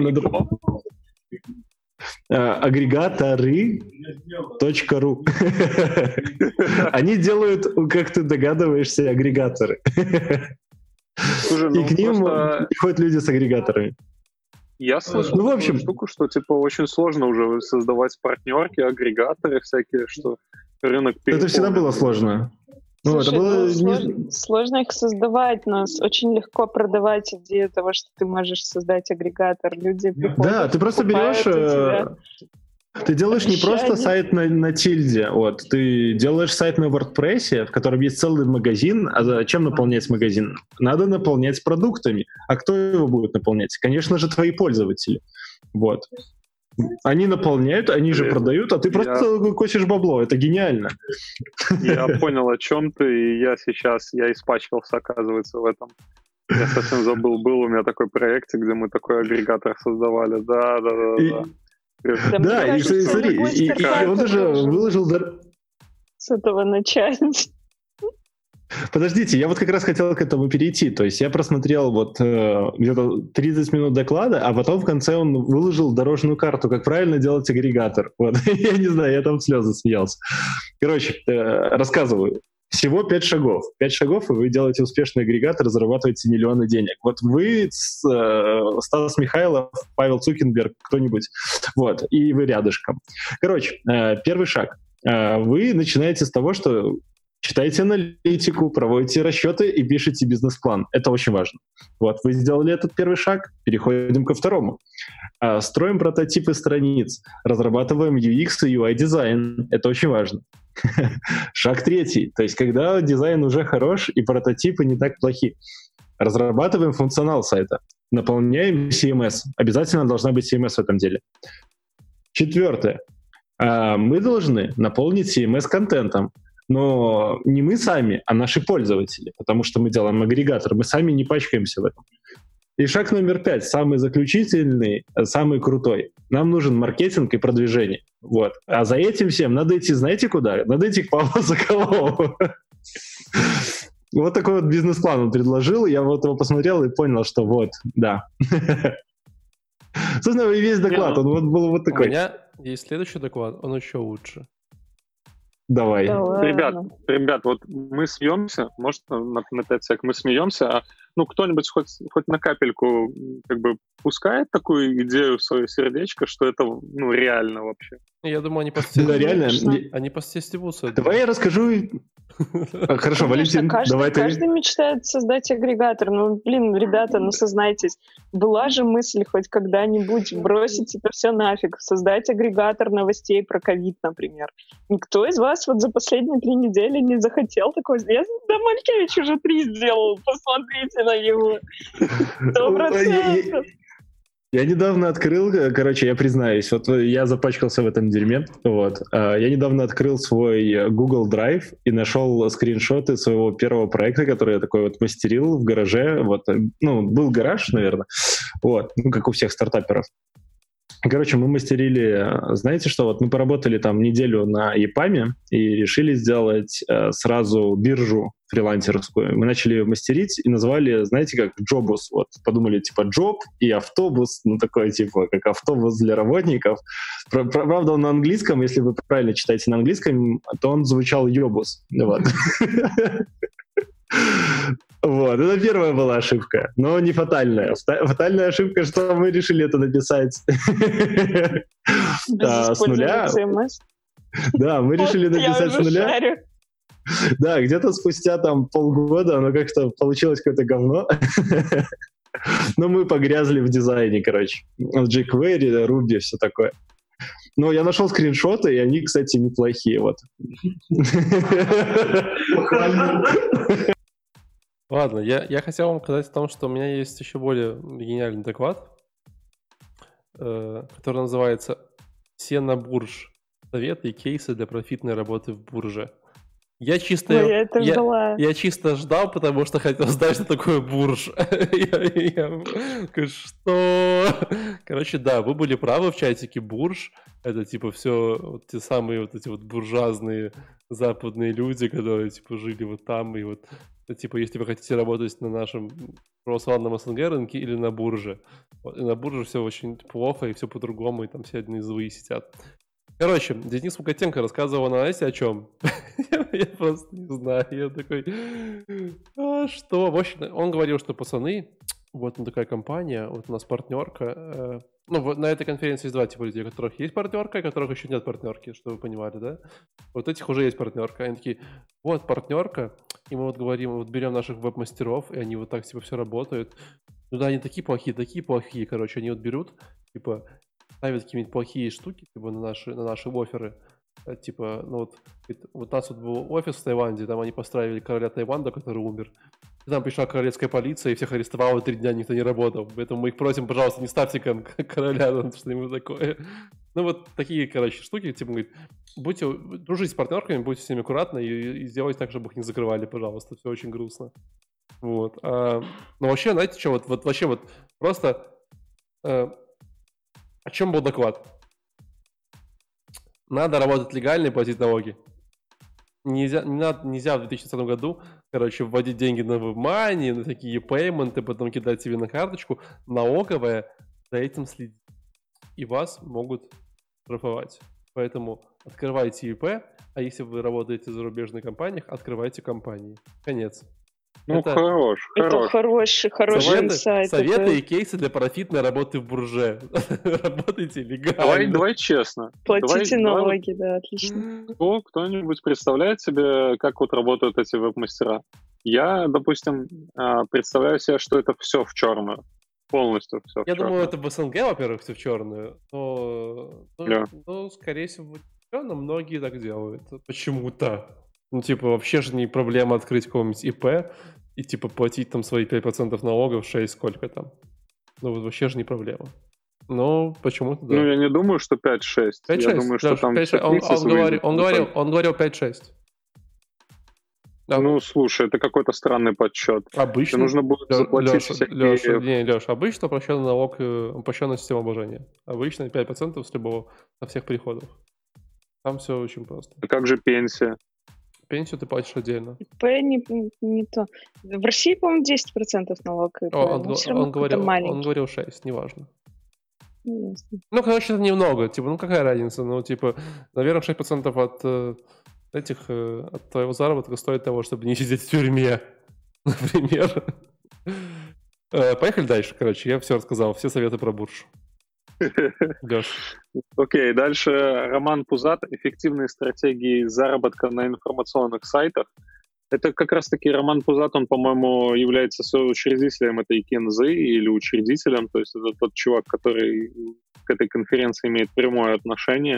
Агрегаторы.ру. Они делают, как ты догадываешься, агрегаторы. И к ним приходят люди с агрегаторами. Я слышал такую штуку, что типа очень сложно уже создавать партнерки, агрегаторы всякие, что рынок переполнен. Это всегда было сложно. Слушай, сложно их создавать, но очень легко продавать идею того, что ты можешь создать агрегатор. Люди приходят, да, ты просто берешь... Ты делаешь не просто сайт на тильде, вот, ты делаешь сайт на WordPress, в котором есть целый магазин. А зачем наполнять магазин? Надо наполнять продуктами. А кто его будет наполнять? Конечно же, твои пользователи. Вот. Они наполняют, они же продают, а ты просто косишь бабло. Это гениально. Я понял, о чем ты, и я испачкался, оказывается, в этом. Я совсем забыл, был у меня такой проект, где мы такой агрегатор создавали. Да. Да, и смотри, и он даже выложил... С этого начать. Подождите, я вот как раз хотел к этому перейти. То есть я просмотрел вот где-то 30 минут доклада, а потом в конце он выложил дорожную карту, как правильно делать агрегатор. Вот. Я не знаю, я там слезы смеялся. Короче, рассказываю. Всего 5 шагов. 5 шагов, и вы делаете успешный агрегатор, зарабатываете миллионы денег. Вот вы, Стас Михайлов, Павел Цукерберг, кто-нибудь. Вот, и вы рядышком. Короче, первый шаг. Вы начинаете с того, что читаете аналитику, проводите расчеты и пишете бизнес-план. Это очень важно. Вот, вы сделали этот первый шаг, переходим ко второму. Строим прототипы страниц, разрабатываем UX и UI-дизайн. Это очень важно. Шаг третий. То есть, когда дизайн уже хорош и прототипы не так плохи. Разрабатываем функционал сайта. Наполняем CMS. Обязательно должна быть CMS в этом деле. Четвертое. Мы должны наполнить CMS контентом. Но не мы сами, а наши пользователи. Потому что мы делаем агрегатор. Мы сами не пачкаемся в этом. И шаг номер 5, самый заключительный, самый крутой. Нам нужен маркетинг и продвижение. Вот. А за этим всем надо идти, знаете куда? Надо идти к Павлу Соколову. Вот такой вот бизнес-план он предложил. Я вот его посмотрел и понял, что вот, да. Собственно, весь доклад, он вот был вот такой. У меня есть следующий доклад, он еще лучше. Давай. Ребят, вот мы смеемся, может, на ТЦ, мы смеемся, а кто-нибудь хоть на капельку как бы пускает такую идею в свое сердечко, что это реально вообще? Я думаю, они постестиваются. Давай я расскажу. Хорошо, Валентин, давай ты. Каждый мечтает создать агрегатор. Ребята, сознайтесь. Была же мысль хоть когда-нибудь бросить это все нафиг, создать агрегатор новостей про ковид, например. Никто из вас вот за последние 3 недели не захотел такого сделать. Да, Малькевич уже 3 сделал, посмотрите на него. 100%. Я недавно открыл, я признаюсь, вот я запачкался в этом дерьме, вот. Я недавно открыл свой Google Drive и нашел скриншоты своего первого проекта, который я такой вот мастерил в гараже, вот, был гараж, наверное, вот, как у всех стартаперов. Мы мастерили, знаете что, вот мы поработали там неделю на EPAM и решили сделать сразу биржу фрилансерскую. Мы начали ее мастерить и назвали, знаете, как Джобус. Вот подумали, типа, джоб и автобус, такой, типа, как автобус для работников. Правда, он на английском, если вы правильно читаете на английском, то он звучал йобус. Вот. Вот, это первая была ошибка, но не фатальная. Фатальная ошибка, что мы решили это написать с нуля. Да, мы решили написать с нуля. Да, где-то спустя полгода оно как-то получилось какое-то говно. Но мы погрязли в дизайне, jQuery, Ruby, все такое. Но я нашел скриншоты, и они, кстати, неплохие. Вот. Ладно, я хотел вам сказать о том, что у меня есть еще более гениальный доклад, который называется «Сенобурж. Советы и кейсы для профитной работы в бурже». Я чисто ждал, потому что хотел знать, что такое бурж. Что? Да, вы были правы в чатике. Бурж — это типа все вот те самые вот эти вот буржуазные западные люди, которые типа жили вот там, и вот типа если вы хотите работать на нашем православном СНГ рынке или на бурже, И на бурже все очень плохо, и все по-другому, и там все одни злые сидят. Короче, Денис Мукатенко рассказывал на Насте о чем? Я просто не знаю. Я такой, что? В общем, он говорил, что пацаны, вот такая компания, вот у нас партнерка. Ну, вот на этой конференции есть два типа людей, у которых есть партнерка, и у которых еще нет партнерки, чтобы вы понимали, да? Вот этих уже есть партнерка. Они такие, вот партнерка, и мы вот говорим, вот берем наших веб-мастеров, и они вот так типа все работают. Ну да, они такие плохие, короче, они вот берут, типа, ставят какие-нибудь плохие штуки, типа, на наши офферы. Типа, ну вот у нас вот был офис в Таиланде, там они построили короля Таиланда, который умер. И там пришла королевская полиция, и всех арестовала, 3 дня никто не работал. Поэтому мы их просим, пожалуйста, не ставьте короля, что-нибудь такое. Ну вот такие, короче, штуки, типа, говорит, дружите с партнерками, будьте с ними аккуратны и сделайте так, чтобы их не закрывали, пожалуйста. Все очень грустно. Вот. Ну вообще, знаете что, вот вообще вот просто... О чем был доклад? Надо работать легально и платить налоги. Нельзя в 2020 году, короче, вводить деньги на WebMoney, на такие пейменты, потом кидать себе на карточку. Налоговая за этим следит. И вас могут штрафовать. Поэтому открывайте ИП, а если вы работаете в зарубежных компаниях, открывайте компании. Конец. Ну, это хороший инсайт. Советы и кейсы для профитной работы в бурже. Работайте легально. Давай честно. Платите налоги, да, отлично. Кто-нибудь представляет себе, как вот работают эти веб-мастера? Я, допустим, представляю себе, что это все в черную. Полностью все в черную. Я думаю, это в СНГ, во-первых, все в черную. Но скорее всего, но многие так делают. Почему-то. Ну, типа, вообще же не проблема открыть какого-нибудь ИП и, типа, платить там свои 5% налогов, 6 сколько там. Ну, вот вообще же не проблема. Но почему-то, да. Ну, я не думаю, что 5-6. 5-6. Я думаю, что там... Он говорил 5-6. Да. Ну, слушай, это какой-то странный подсчет. Обычно. Нужно будет заплатить Леша, обычно упрощенный налог, упрощенная система обложения. Обычно 5% со всех приходов. Там все очень просто. А как же пенсия? Пенсию ты платишь отдельно. ИП не то. В России, по-моему, 10% налог ИП. Он говорил 6, неважно. Ясно. Ну, короче, это немного. Типа, ну какая разница? Ну, типа, наверное, 6% от твоего заработка стоит того, чтобы не сидеть в тюрьме. Например. Поехали дальше, короче. Я все рассказал, все советы про бурж. Окей, дальше Роман Пузат. Эффективные стратегии заработка на информационных сайтах. Это как раз-таки Роман Пузат, он, по-моему, является соучредителем этой Кензы или учредителем, то есть это тот чувак, который к этой конференции имеет прямое отношение.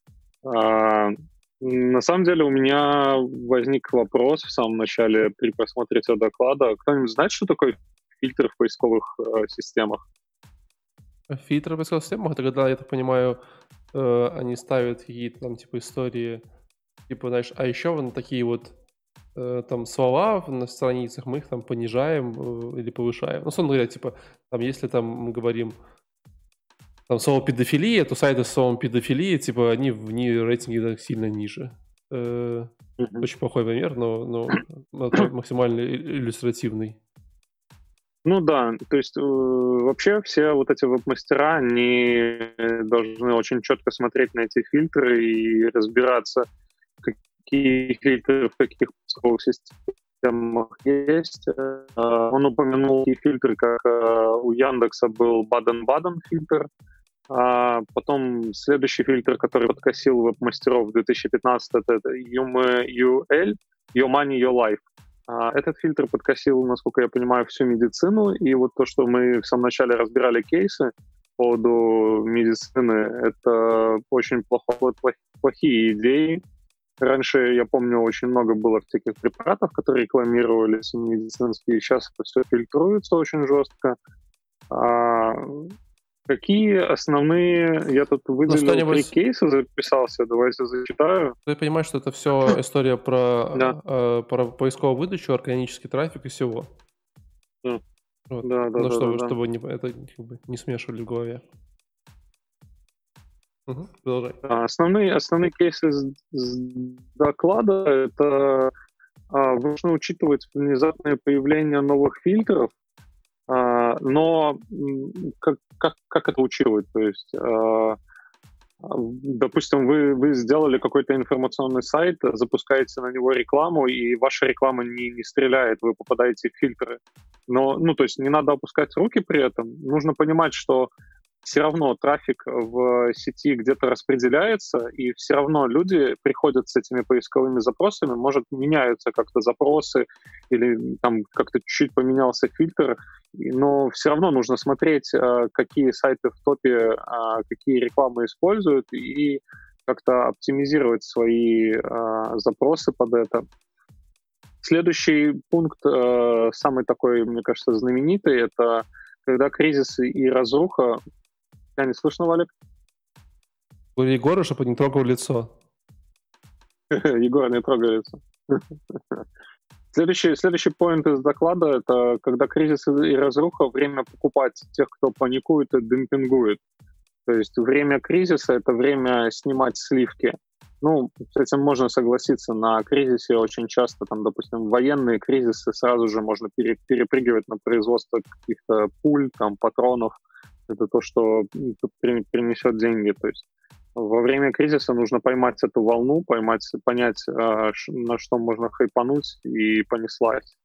На самом деле у меня возник вопрос в самом начале при просмотре этого доклада. Кто-нибудь знает, что такое фильтр в поисковых системах? Фильтры в поисковых системах, это когда, я так понимаю, они ставят какие-то там типа истории, типа, знаешь, а еще вон такие вот там слова на страницах, мы их там понижаем или повышаем. Ну, собственно говоря, типа, там, если там мы говорим там слово педофилия, то сайты с словом педофилия, типа, они в рейтинге сильно ниже. Очень плохой пример, но максимально иллюстративный. Ну да, то есть вообще все вот эти веб-мастера, они должны очень четко смотреть на эти фильтры и разбираться, какие фильтры в каких поисковых системах есть. Он упомянул такие фильтры, как у Яндекса был Баден-Баден фильтр, потом следующий фильтр, который подкосил веб-мастеров в 2015, это UML, Your Money, Your Life. Этот фильтр подкосил, насколько я понимаю, всю медицину, и вот то, что мы в самом начале разбирали кейсы по поводу медицины, это очень плохие идеи. Раньше, я помню, очень много было всяких препаратов, которые рекламировались медицинские, сейчас это все фильтруется очень жестко. Какие основные... Я тут выделил 3 кейса, записался, давайте зачитаю. Ты понимаешь, что это все история про поисковую выдачу, органический трафик и всего. Да. Вот. Да. Чтобы это не смешивали в голове. Продолжай. Основные кейсы с доклада — это важно учитывать внезапное появление новых фильтров, Но как это учитывать? То есть, допустим, вы сделали какой-то информационный сайт, запускаете на него рекламу, и ваша реклама не стреляет, вы попадаете в фильтры. Но, то есть не надо опускать руки при этом. Нужно понимать, что все равно трафик в сети где-то распределяется, и все равно люди приходят с этими поисковыми запросами, может, меняются как-то запросы, или там как-то чуть-чуть поменялся фильтр, но все равно нужно смотреть, какие сайты в топе, какие рекламы используют, и как-то оптимизировать свои запросы под это. Следующий пункт, самый такой, мне кажется, знаменитый, это когда кризис и разруха. Тебя не слышно, Валик? Говори Егору, чтобы не трогал лицо. Егор, не трогай лицо. Следующий поинт из доклада — это когда кризис и разруха, время покупать тех, кто паникует и демпингует. То есть время кризиса — это время снимать сливки. С этим можно согласиться. На кризисе очень часто, там, допустим, военные кризисы, сразу же можно перепрыгивать на производство каких-то пуль, там, патронов. Это то, что принесет деньги. То есть во время кризиса нужно поймать эту волну, понять, на что можно хайпануть, и понеслась.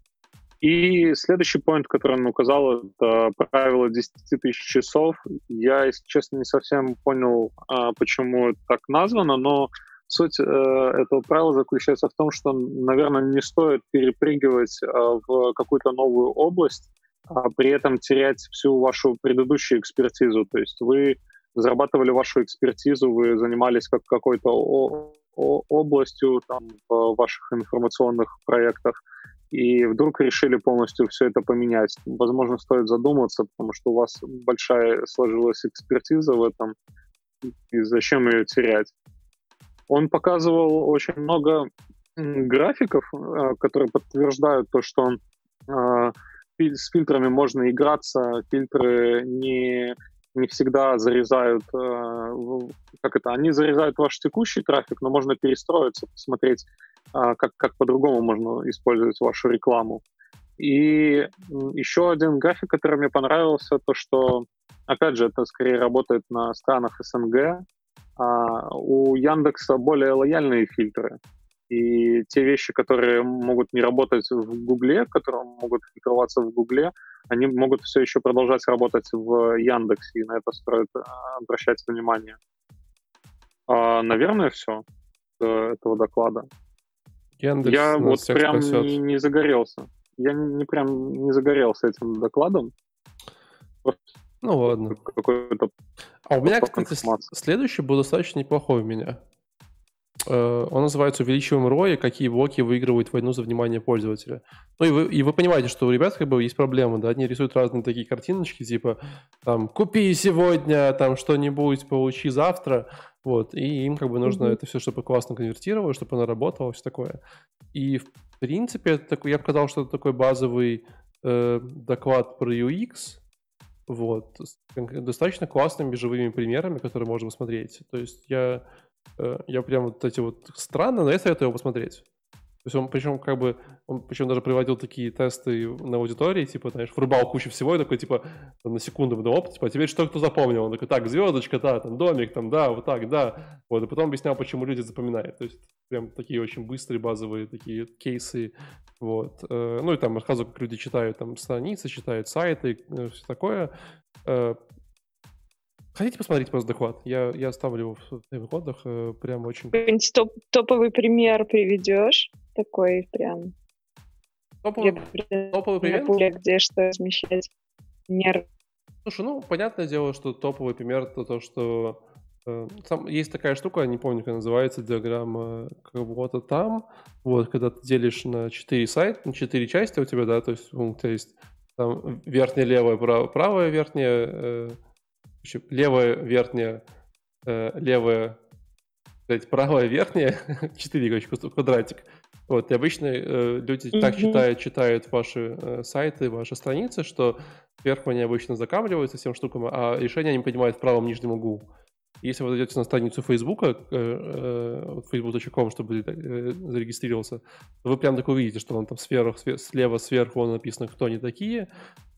И следующий поинт, который он указал, это правило 10 тысяч часов. Я, если честно, не совсем понял, почему это так названо, но суть этого правила заключается в том, что, наверное, не стоит перепрыгивать в какую-то новую область, а при этом терять всю вашу предыдущую экспертизу. То есть вы зарабатывали вашу экспертизу, вы занимались какой-то областью там, в ваших информационных проектах, и вдруг решили полностью все это поменять. Возможно, стоит задуматься, потому что у вас большая сложилась экспертиза в этом, и зачем ее терять? Он показывал очень много графиков, которые подтверждают то, что с фильтрами можно играться, фильтры не всегда зарезают, они зарезают ваш текущий трафик, но можно перестроиться, посмотреть, как по-другому можно использовать вашу рекламу. И еще один график, который мне понравился, то, что, опять же, это скорее работает на странах СНГ, у Яндекса более лояльные фильтры. И те вещи, которые могут не работать в Гугле, которые могут фильтроваться в Гугле, они могут все еще продолжать работать в Яндексе, и на это стоит обращать внимание. Наверное, все этого доклада. Яндекс я вот прям не загорелся. Я не загорелся этим докладом. Ладно. Какой-то у меня, кстати, следующий был достаточно неплохой у меня. Он называется «Увеличиваем ROI, какие блоки выигрывают войну за внимание пользователя». И вы понимаете, что у ребят есть проблемы, да, они рисуют разные такие картиночки, типа там «купи сегодня там что-нибудь, получи завтра», вот, и им нужно это все, чтобы классно конвертировало, чтобы оно работало, все такое. И, в принципе, я бы сказал, что это такой базовый доклад про UX, вот, с достаточно классными биржевыми примерами, которые можно смотреть. То есть я прям вот эти вот странно, но я советую его посмотреть. То есть он причем даже приводил такие тесты на аудитории, типа, знаешь, врубал кучу всего, и такой, типа, на секунду выдал опыт, типа, а теперь что кто запомнил? Он такой, так, звездочка, да, там, домик, там, да, вот так, да. Вот, и потом объяснял, почему люди запоминают. То есть прям такие очень быстрые, базовые такие кейсы, вот. И там рассказывал, как люди читают там страницы, читают сайты, все такое. Хотите посмотреть просто доклад? Я оставлю его в тайм-кодах, прям очень... Топовый пример приведешь? Такой прям... Топовый пример? Где что размещать? Слушай, понятное дело, что топовый пример — это то, что... Там есть такая штука, не помню, как называется, диаграмма кого-то там, вот, когда ты делишь на 4 сайта, на 4 части у тебя, да, то есть у тебя есть там верхняя, левая, правая, верхняя... левая, верхняя, левая, правая, верхняя, 4, квадратик. Вот, и обычно люди так читают ваши сайты, ваши страницы, что сверху они обычно закамливаются всем штукам, а решение они понимают в правом нижнем углу. Если вы зайдете на страницу Фейсбука, facebook.com, чтобы зарегистрировался, то вы прям так увидите, что он там слева сверху написано, кто они такие,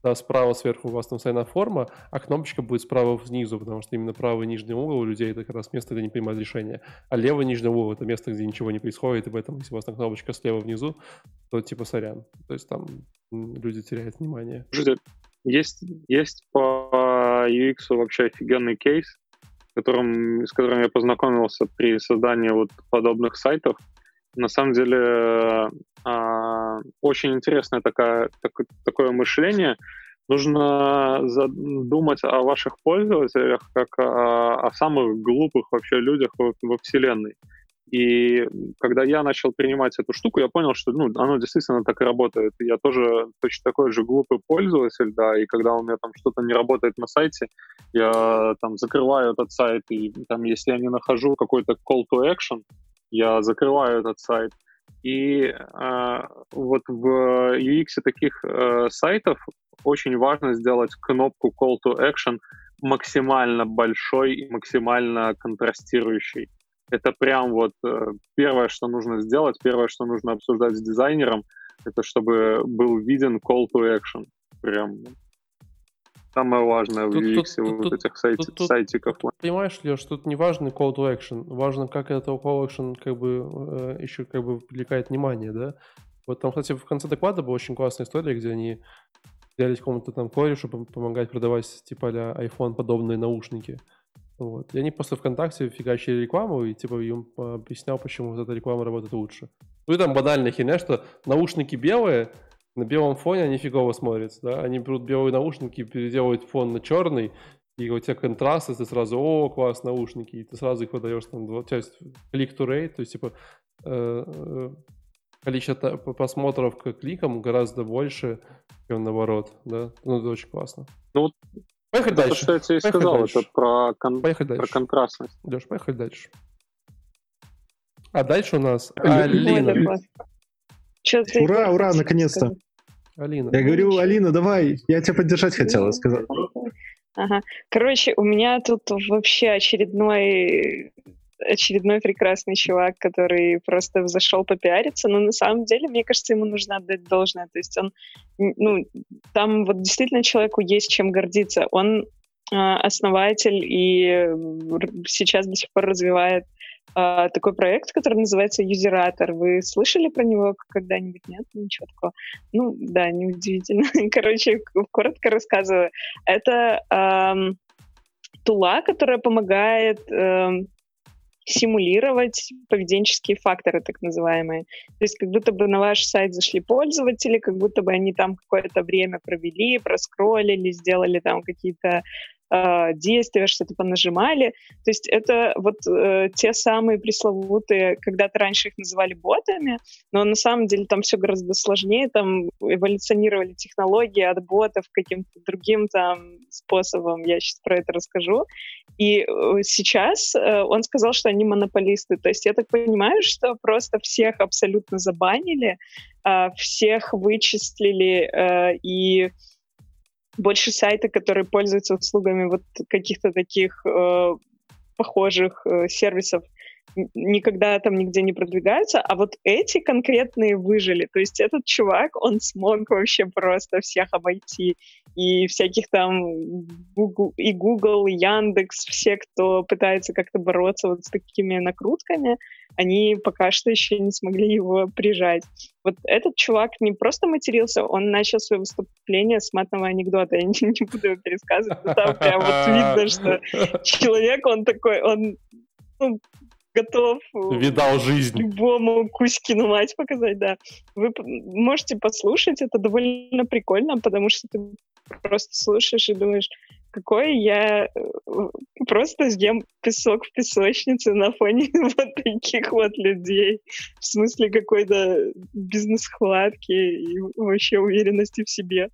да, справа сверху у вас там встроена форма, а кнопочка будет справа снизу, потому что именно правый нижний угол у людей это как раз место, где они принимают решения, а левый нижний угол это место, где ничего не происходит, и поэтому, если у вас там кнопочка слева внизу, то типа сорян. То есть там люди теряют внимание. Есть по UX вообще офигенный кейс, с которым я познакомился при создании вот подобных сайтов. На самом деле очень интересное такое мышление. Нужно думать о ваших пользователях как о самых глупых вообще людях во Вселенной. И когда я начал принимать эту штуку, я понял, что оно действительно так и работает. Я тоже точно такой же глупый пользователь, да, и когда у меня там что-то не работает на сайте, я там закрываю этот сайт, и там, если я не нахожу какой-то call to action, я закрываю этот сайт. И вот в UX таких сайтов очень важно сделать кнопку call to action максимально большой и максимально контрастирующей. Это прям вот первое, что нужно сделать, первое, что нужно обсуждать с дизайнером, это чтобы был виден call to action. Прям самое важное в UX этих сайтиков. Понимаешь, Леш, тут не важный call to action, важно, как этот call to action как бы еще как бы привлекает внимание, да? Вот там, кстати, в конце доклада была очень классная история, где они взяли какому-то там корешу помогать продавать типа а-ля iPhone подобные наушники. Вот. И они просто ВКонтакте фигачили рекламу, и типа им объяснял, почему вот эта реклама работает лучше. Ну и там банальная херня, что наушники белые, на белом фоне они фигово смотрятся, да? Они берут белые наушники, переделывают фон на черный, и у тебя контраст, и ты сразу, класс, наушники, и ты сразу их выдаешь там, часть click-to-rate, то есть типа количество просмотров к кликам гораздо больше, чем наоборот, да? Ну, это очень классно. Ну вот поехали дальше. Что я тебе сказал, дальше. Это про контрастность. Леш, поехали дальше. А дальше у нас Алина. Ура, наконец-то. Алина. Я говорю, Алина, давай, я тебя поддержать хотела, сказать. Ага. Короче, у меня тут вообще очередной прекрасный чувак, который просто зашел попиариться, но на самом деле, мне кажется, ему нужно отдать должное. То есть он, там вот действительно человеку есть чем гордиться. Он основатель и сейчас до сих пор развивает такой проект, который называется Юзератор. Вы слышали про него когда-нибудь? Нет? Ничего такого. Ну, да, неудивительно. Короче, коротко рассказываю. Это тула, которая помогает симулировать поведенческие факторы, так называемые. То есть как будто бы на ваш сайт зашли пользователи, как будто бы они там какое-то время провели, проскроллили, сделали там какие-то действия, что-то понажимали. То есть это вот те самые пресловутые, когда-то раньше их называли ботами, но на самом деле там все гораздо сложнее, там эволюционировали технологии от ботов к каким-то другим там способам, я сейчас про это расскажу. И сейчас он сказал, что они монополисты. То есть я так понимаю, что просто всех абсолютно забанили, всех вычислили, и больше сайты, которые пользуются услугами вот каких-то таких похожих сервисов, никогда там нигде не продвигаются, а вот эти конкретные выжили. То есть этот чувак, он смог вообще просто всех обойти. И всяких там Google, и Яндекс, все, кто пытается как-то бороться вот с такими накрутками, они пока что еще не смогли его прижать. Вот этот чувак не просто матерился, он начал свое выступление с матного анекдота. Я не буду его пересказывать, но там прям вот видно, что человек, он такой, он готов видал жизнь. Любому Кузькину мать показать, да. Вы можете послушать, это довольно прикольно, потому что ты просто слушаешь и думаешь, какой я просто съем песок в песочнице на фоне вот таких вот людей. В смысле какой-то бизнес-хватки и вообще уверенности в себе.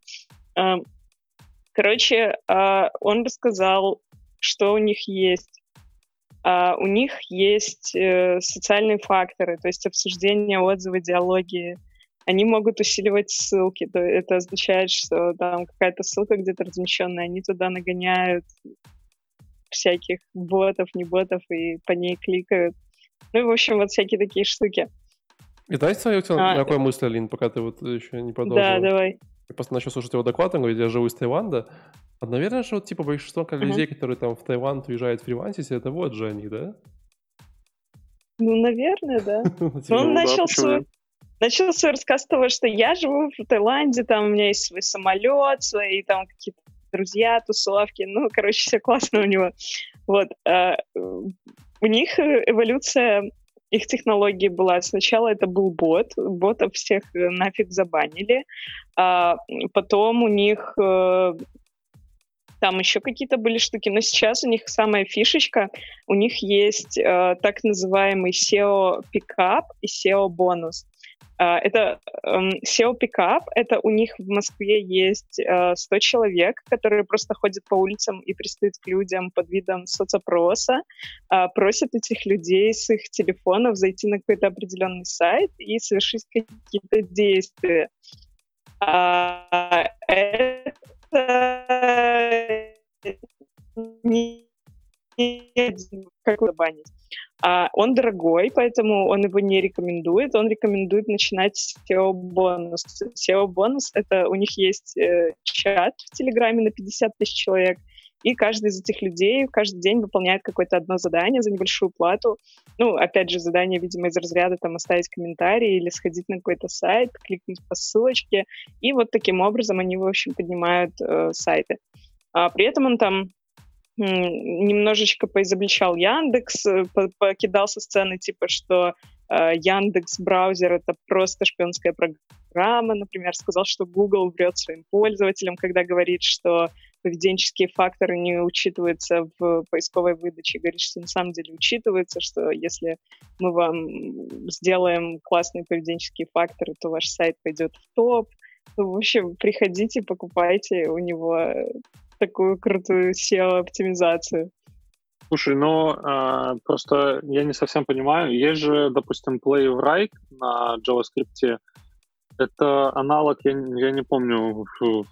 Короче, он рассказал, что у них есть. У них есть социальные факторы, то есть обсуждение, отзывы, диалоги. Они могут усиливать ссылки. Это означает, что там какая-то ссылка где-то размещенная, они туда нагоняют всяких ботов, не ботов, и по ней кликают. Ну и, в общем, вот всякие такие штуки. И дай свою какой мысль, Алин, пока ты вот еще не продолжила. Да, давай. Я просто начал слушать его доклад, он говорит, я живу из Таиланда. А, наверное, что вот, типа, большинство людей, которые там в Таиланд уезжают фрилансить, это вот же они, да? Ну, наверное, да. Он начал свой рассказ с того, что я живу в Таиланде, там у меня есть свой самолет, свои там какие-то друзья, тусовки. Ну, короче, все классно у него. Вот. У них эволюция их технологии была. Сначала это был бот. Ботов всех нафиг забанили. Потом у них там еще какие-то были штуки. Но сейчас у них самая фишечка. У них есть так называемый SEO Pickup и SEO бонус. Это SEO Pickup, это у них в Москве есть 100 человек, которые просто ходят по улицам и пристают к людям под видом соцопроса, просят этих людей с их телефонов зайти на какой-то определенный сайт и совершить какие-то действия. Это не как забанить. Он дорогой, поэтому он его не рекомендует. Он рекомендует начинать с SEO-бонус. SEO-бонус — это у них есть чат в Телеграме на 50 тысяч человек, и каждый из этих людей каждый день выполняет какое-то одно задание за небольшую плату. Ну, опять же, задание, видимо, из разряда там оставить комментарий или сходить на какой-то сайт, кликнуть по ссылочке, и вот таким образом они, в общем, поднимают сайты. При этом он там немножечко поизобличал Яндекс, покидал со сцены, типа, что Яндекс браузер — это просто шпионская программа, например, сказал, что Google врет своим пользователям, когда говорит, что поведенческие факторы не учитываются в поисковой выдаче, говорит, что на самом деле учитывается, что если мы вам сделаем классные поведенческие факторы, то ваш сайт пойдет в топ. Ну, в общем, приходите, покупайте у него такую крутую SEO-оптимизацию. Слушай, просто я не совсем понимаю. Есть же, допустим, Playwright на JavaScript. Это аналог, я не помню.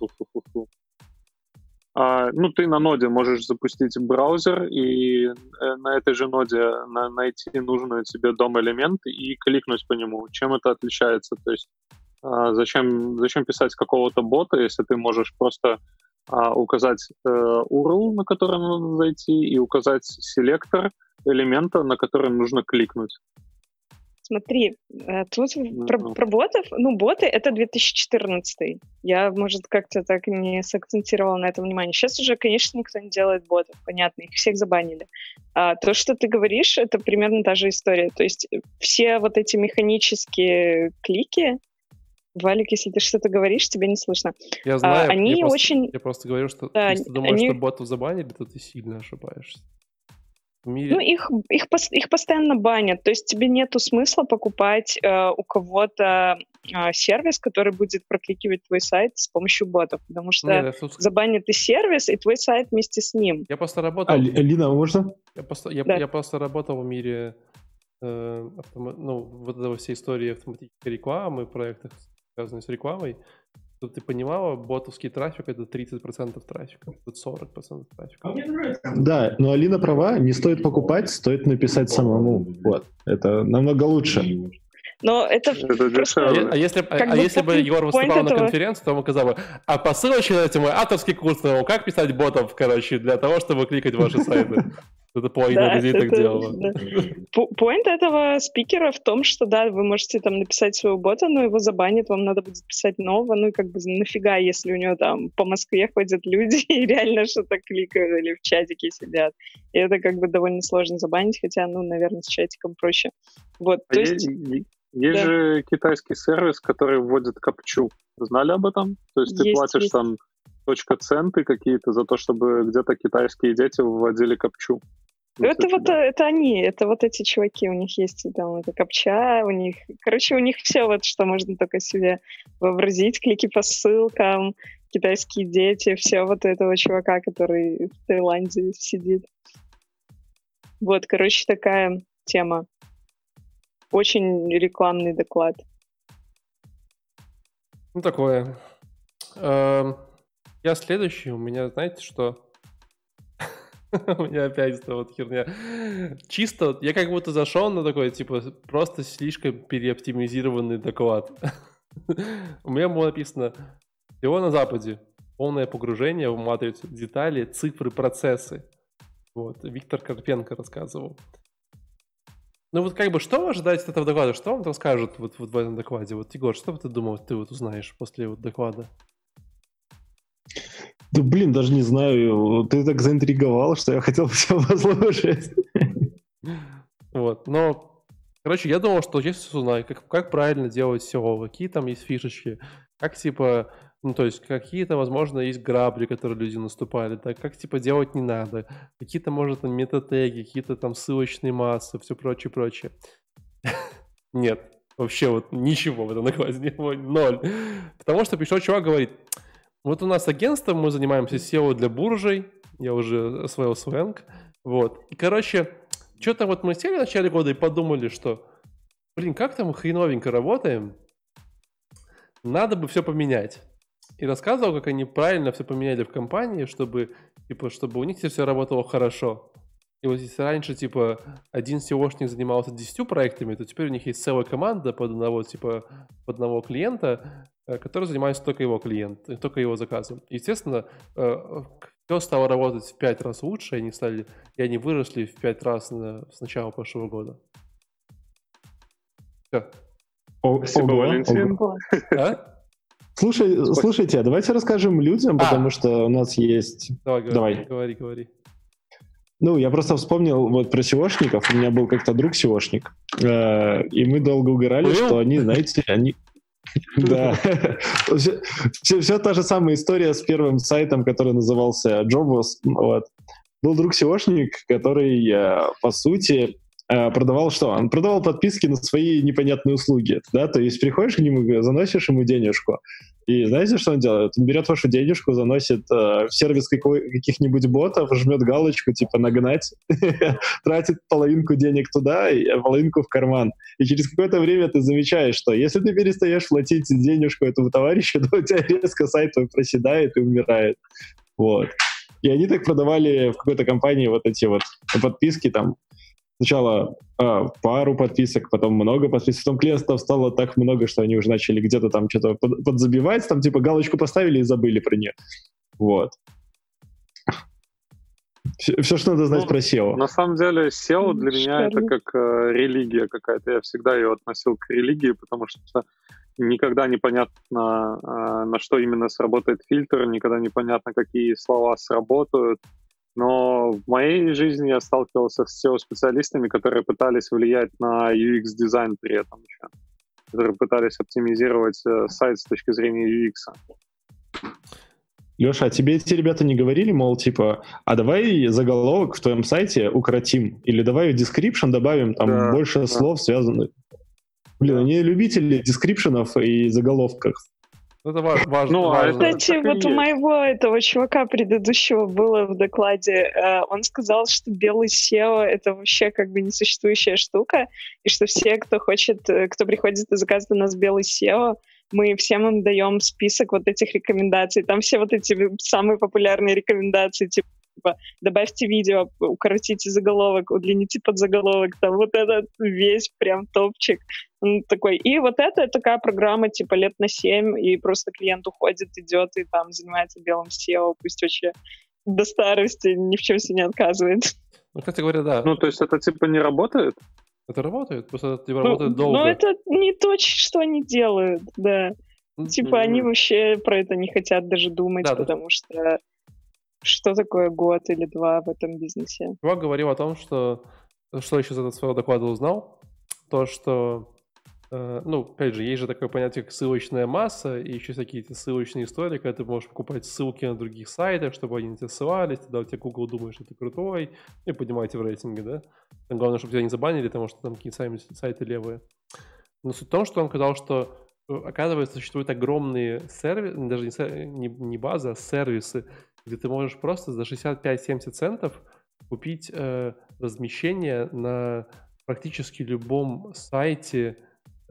Ты на ноде можешь запустить браузер и на этой же ноде найти нужный тебе DOM-элемент и кликнуть по нему. Чем это отличается? То есть зачем писать какого-то бота, если ты можешь просто указать URL, на который надо зайти, и указать селектор элемента, на который нужно кликнуть. Смотри, тут про ботов, боты — это 2014. Я, может, как-то так не сакцентировала на этом внимание. Сейчас уже, конечно, никто не делает ботов, понятно, их всех забанили. То, что ты говоришь, это примерно та же история. То есть все вот эти механические клики, Валик, если ты что-то говоришь, тебя не слышно. Я знаю, я просто говорю, что если ты думаешь, что ботов забанили, то ты сильно ошибаешься. Их постоянно банят, то есть тебе нету смысла покупать у кого-то сервис, который будет прокликивать твой сайт с помощью ботов, потому что забанят и сервис, и твой сайт вместе с ним. Я просто работал... Лина, можно? Я просто работал в мире вот этой всей истории автоматической рекламы, проектах, связанных с рекламой. Чтобы ты понимала, ботовский трафик — это 30% трафика, это 40% трафика. Да, но Алина права, не стоит покупать, стоит написать самому. Вот, это намного лучше. Но это просто... А если бы Егор выступал на конференции, то он сказал бы, а по ссылочке найдите мой авторский курс на как писать ботов, для того, чтобы кликать ваши сайты. Это половина людей так делала. Поинт этого спикера в том, что да, вы можете там написать своего бота, но его забанят, вам надо будет писать нового, нафига, если у него там по Москве ходят люди и реально что-то кликают или в чатике сидят. И это довольно сложно забанить, хотя, наверное, с чатиком проще. Вот, то есть... Есть же китайский сервис, который вводит капчу. Знали об этом? То есть ты платишь там .центы какие-то за то, чтобы где-то китайские дети вводили капчу. Это они, это вот эти чуваки, у них есть там это капча, у них все вот, что можно только себе вообразить, клики по ссылкам, китайские дети, все вот этого чувака, который в Таиланде сидит. Вот, такая тема. Очень рекламный доклад. Такое. Я следующий. У меня, знаете что? У меня опять эта вот херня. Чисто, я как будто зашел на такой, просто слишком переоптимизированный доклад. У меня было написано Его на Западе. Полное погружение в матрицу, детали, цифры, процессы. Вот, Виктор Карпенко рассказывал. Ну вот как бы, что вы ожидаете от этого доклада? Что вам там скажут вот в этом докладе? Вот, Егор, что бы ты думал, ты вот узнаешь после вот доклада? Да блин, даже не знаю. Ты так заинтриговал, что я хотел все послушать. Вот, но, короче, я думал, что сейчас узнаю, как правильно делать SEO, какие там есть фишечки, как типа, ну то есть какие-то, возможно, есть грабли, которые люди наступали, так, как типа делать не надо, какие-то, может, там метатеги, какие-то там ссылочные массы, все прочее. Нет, вообще вот ничего в этом докладе не было, ноль. Потому что пришел чувак, говорит, вот у нас агентство, мы занимаемся SEO для буржей, я уже освоил сленг, вот. И, короче, что-то вот мы сели в начале года и подумали, что, блин, как-то мы хреновенько работаем, надо бы все поменять. И рассказывал, как они правильно все поменяли в компании, чтобы у них все работало хорошо. И вот если раньше, типа, один SEOшник занимался 10 проектами, то теперь у них есть целая команда под одного клиента, который занимается только его клиент, только его заказом. Естественно, все стало работать в 5 раз лучше, и они выросли в 5 раз с начала прошлого года. Все. Спасибо, Валентин. Слушайте, а давайте расскажем людям, потому что у нас есть... Давай. Говори. Ну, я просто вспомнил вот про SEOшников. У меня был как-то друг SEOшник, и мы долго угорали, что они, знаете, они... Да. Все та же самая история с первым сайтом, который назывался Jobos. Вот. Был друг SEOшник, который, по сути, продавал что? Он продавал подписки на свои непонятные услуги. Да? То есть приходишь к нему, заносишь ему денежку. И знаете, что он делает? Он берет вашу денежку, заносит в сервис каких-нибудь ботов, жмет галочку, типа нагнать, тратит половинку денег туда, и половинку в карман. И через какое-то время ты замечаешь, что если ты перестаешь платить денежку этому товарищу, то у тебя резко сайт проседает и умирает. Вот. И они так продавали в какой-то компании вот эти вот подписки там. Сначала пару подписок, потом много подписок, потом клиентов стало так много, что они уже начали где-то там что-то подзабивать, там типа галочку поставили и забыли про нее. Вот. Все, что надо знать про SEO. На самом деле SEO для меня это как религия какая-то. Я всегда ее относил к религии, потому что никогда непонятно, на что именно сработает фильтр, никогда непонятно, какие слова сработают. Но в моей жизни я сталкивался с SEO-специалистами, которые пытались влиять на UX-дизайн при этом еще, которые пытались оптимизировать сайт с точки зрения UX. Леша, а тебе эти ребята не говорили, мол, типа, а давай заголовок в твоем сайте укоротим, или давай в description добавим там больше слов, связанных... Блин, они любители дескрипшенов и заголовков. Это важно. Кстати, вот у моего этого чувака предыдущего было в докладе, он сказал, что белый SEO — это вообще как бы несуществующая штука, и что все, кто приходит и заказывает у нас белый SEO, мы всем им даем список вот этих рекомендаций. Там все вот эти самые популярные рекомендации, типа добавьте видео, укоротите заголовок, удлините подзаголовок, там вот этот весь прям топчик. Он такой. И вот это такая программа типа лет на 7, и просто клиент уходит, идет и там занимается белым SEO, пусть вообще до старости ни в чем себе не отказывает. Ну, кстати говоря, да. Ну, то есть это типа не работает? Это работает, просто это типа работает долго. Но это не то, что они делают, да. Типа они вообще про это не хотят даже думать, потому что что такое год или два в этом бизнесе? Чувак говорил о том, что еще из этого своего доклада узнал, то, что, опять же, есть же такое понятие, как ссылочная масса, и еще всякие эти ссылочные истории, когда ты можешь покупать ссылки на других сайтах, чтобы они на тебя ссылались, тогда у тебя Google думает, что ты крутой, и поднимаете в рейтинге, да? Там главное, чтобы тебя не забанили, потому что там какие-то сайты левые. Но суть в том, что он сказал, что, оказывается, существуют огромные сервисы, даже не базы, а сервисы, где ты можешь просто за 65-70 центов купить размещение на практически любом сайте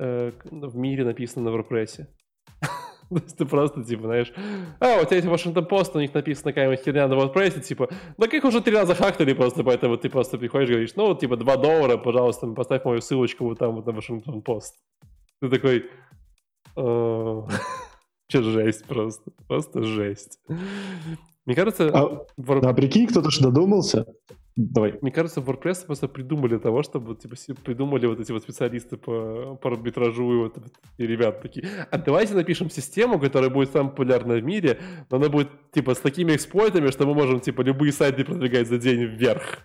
в мире, написано на WordPress. То есть ты просто, типа, знаешь, у тебя есть Washington Post, у них написано какая-нибудь херня на WordPress, типа, так их уже 3 раза хакнули просто, поэтому ты просто приходишь и говоришь, типа, $2, пожалуйста, поставь мою ссылочку вот там вот на Washington Post. Ты такой... Вообще жесть просто. Просто жесть. Мне кажется... прикинь, кто-то ж додумался. Давай. Мне кажется, WordPress просто придумали того, чтобы, типа, придумали вот эти вот специалисты по арбитражу и вот и ребята такие, а давайте напишем систему, которая будет самая популярная в мире, но она будет, типа, с такими эксплойтами, что мы можем, типа, любые сайты продвигать за день вверх.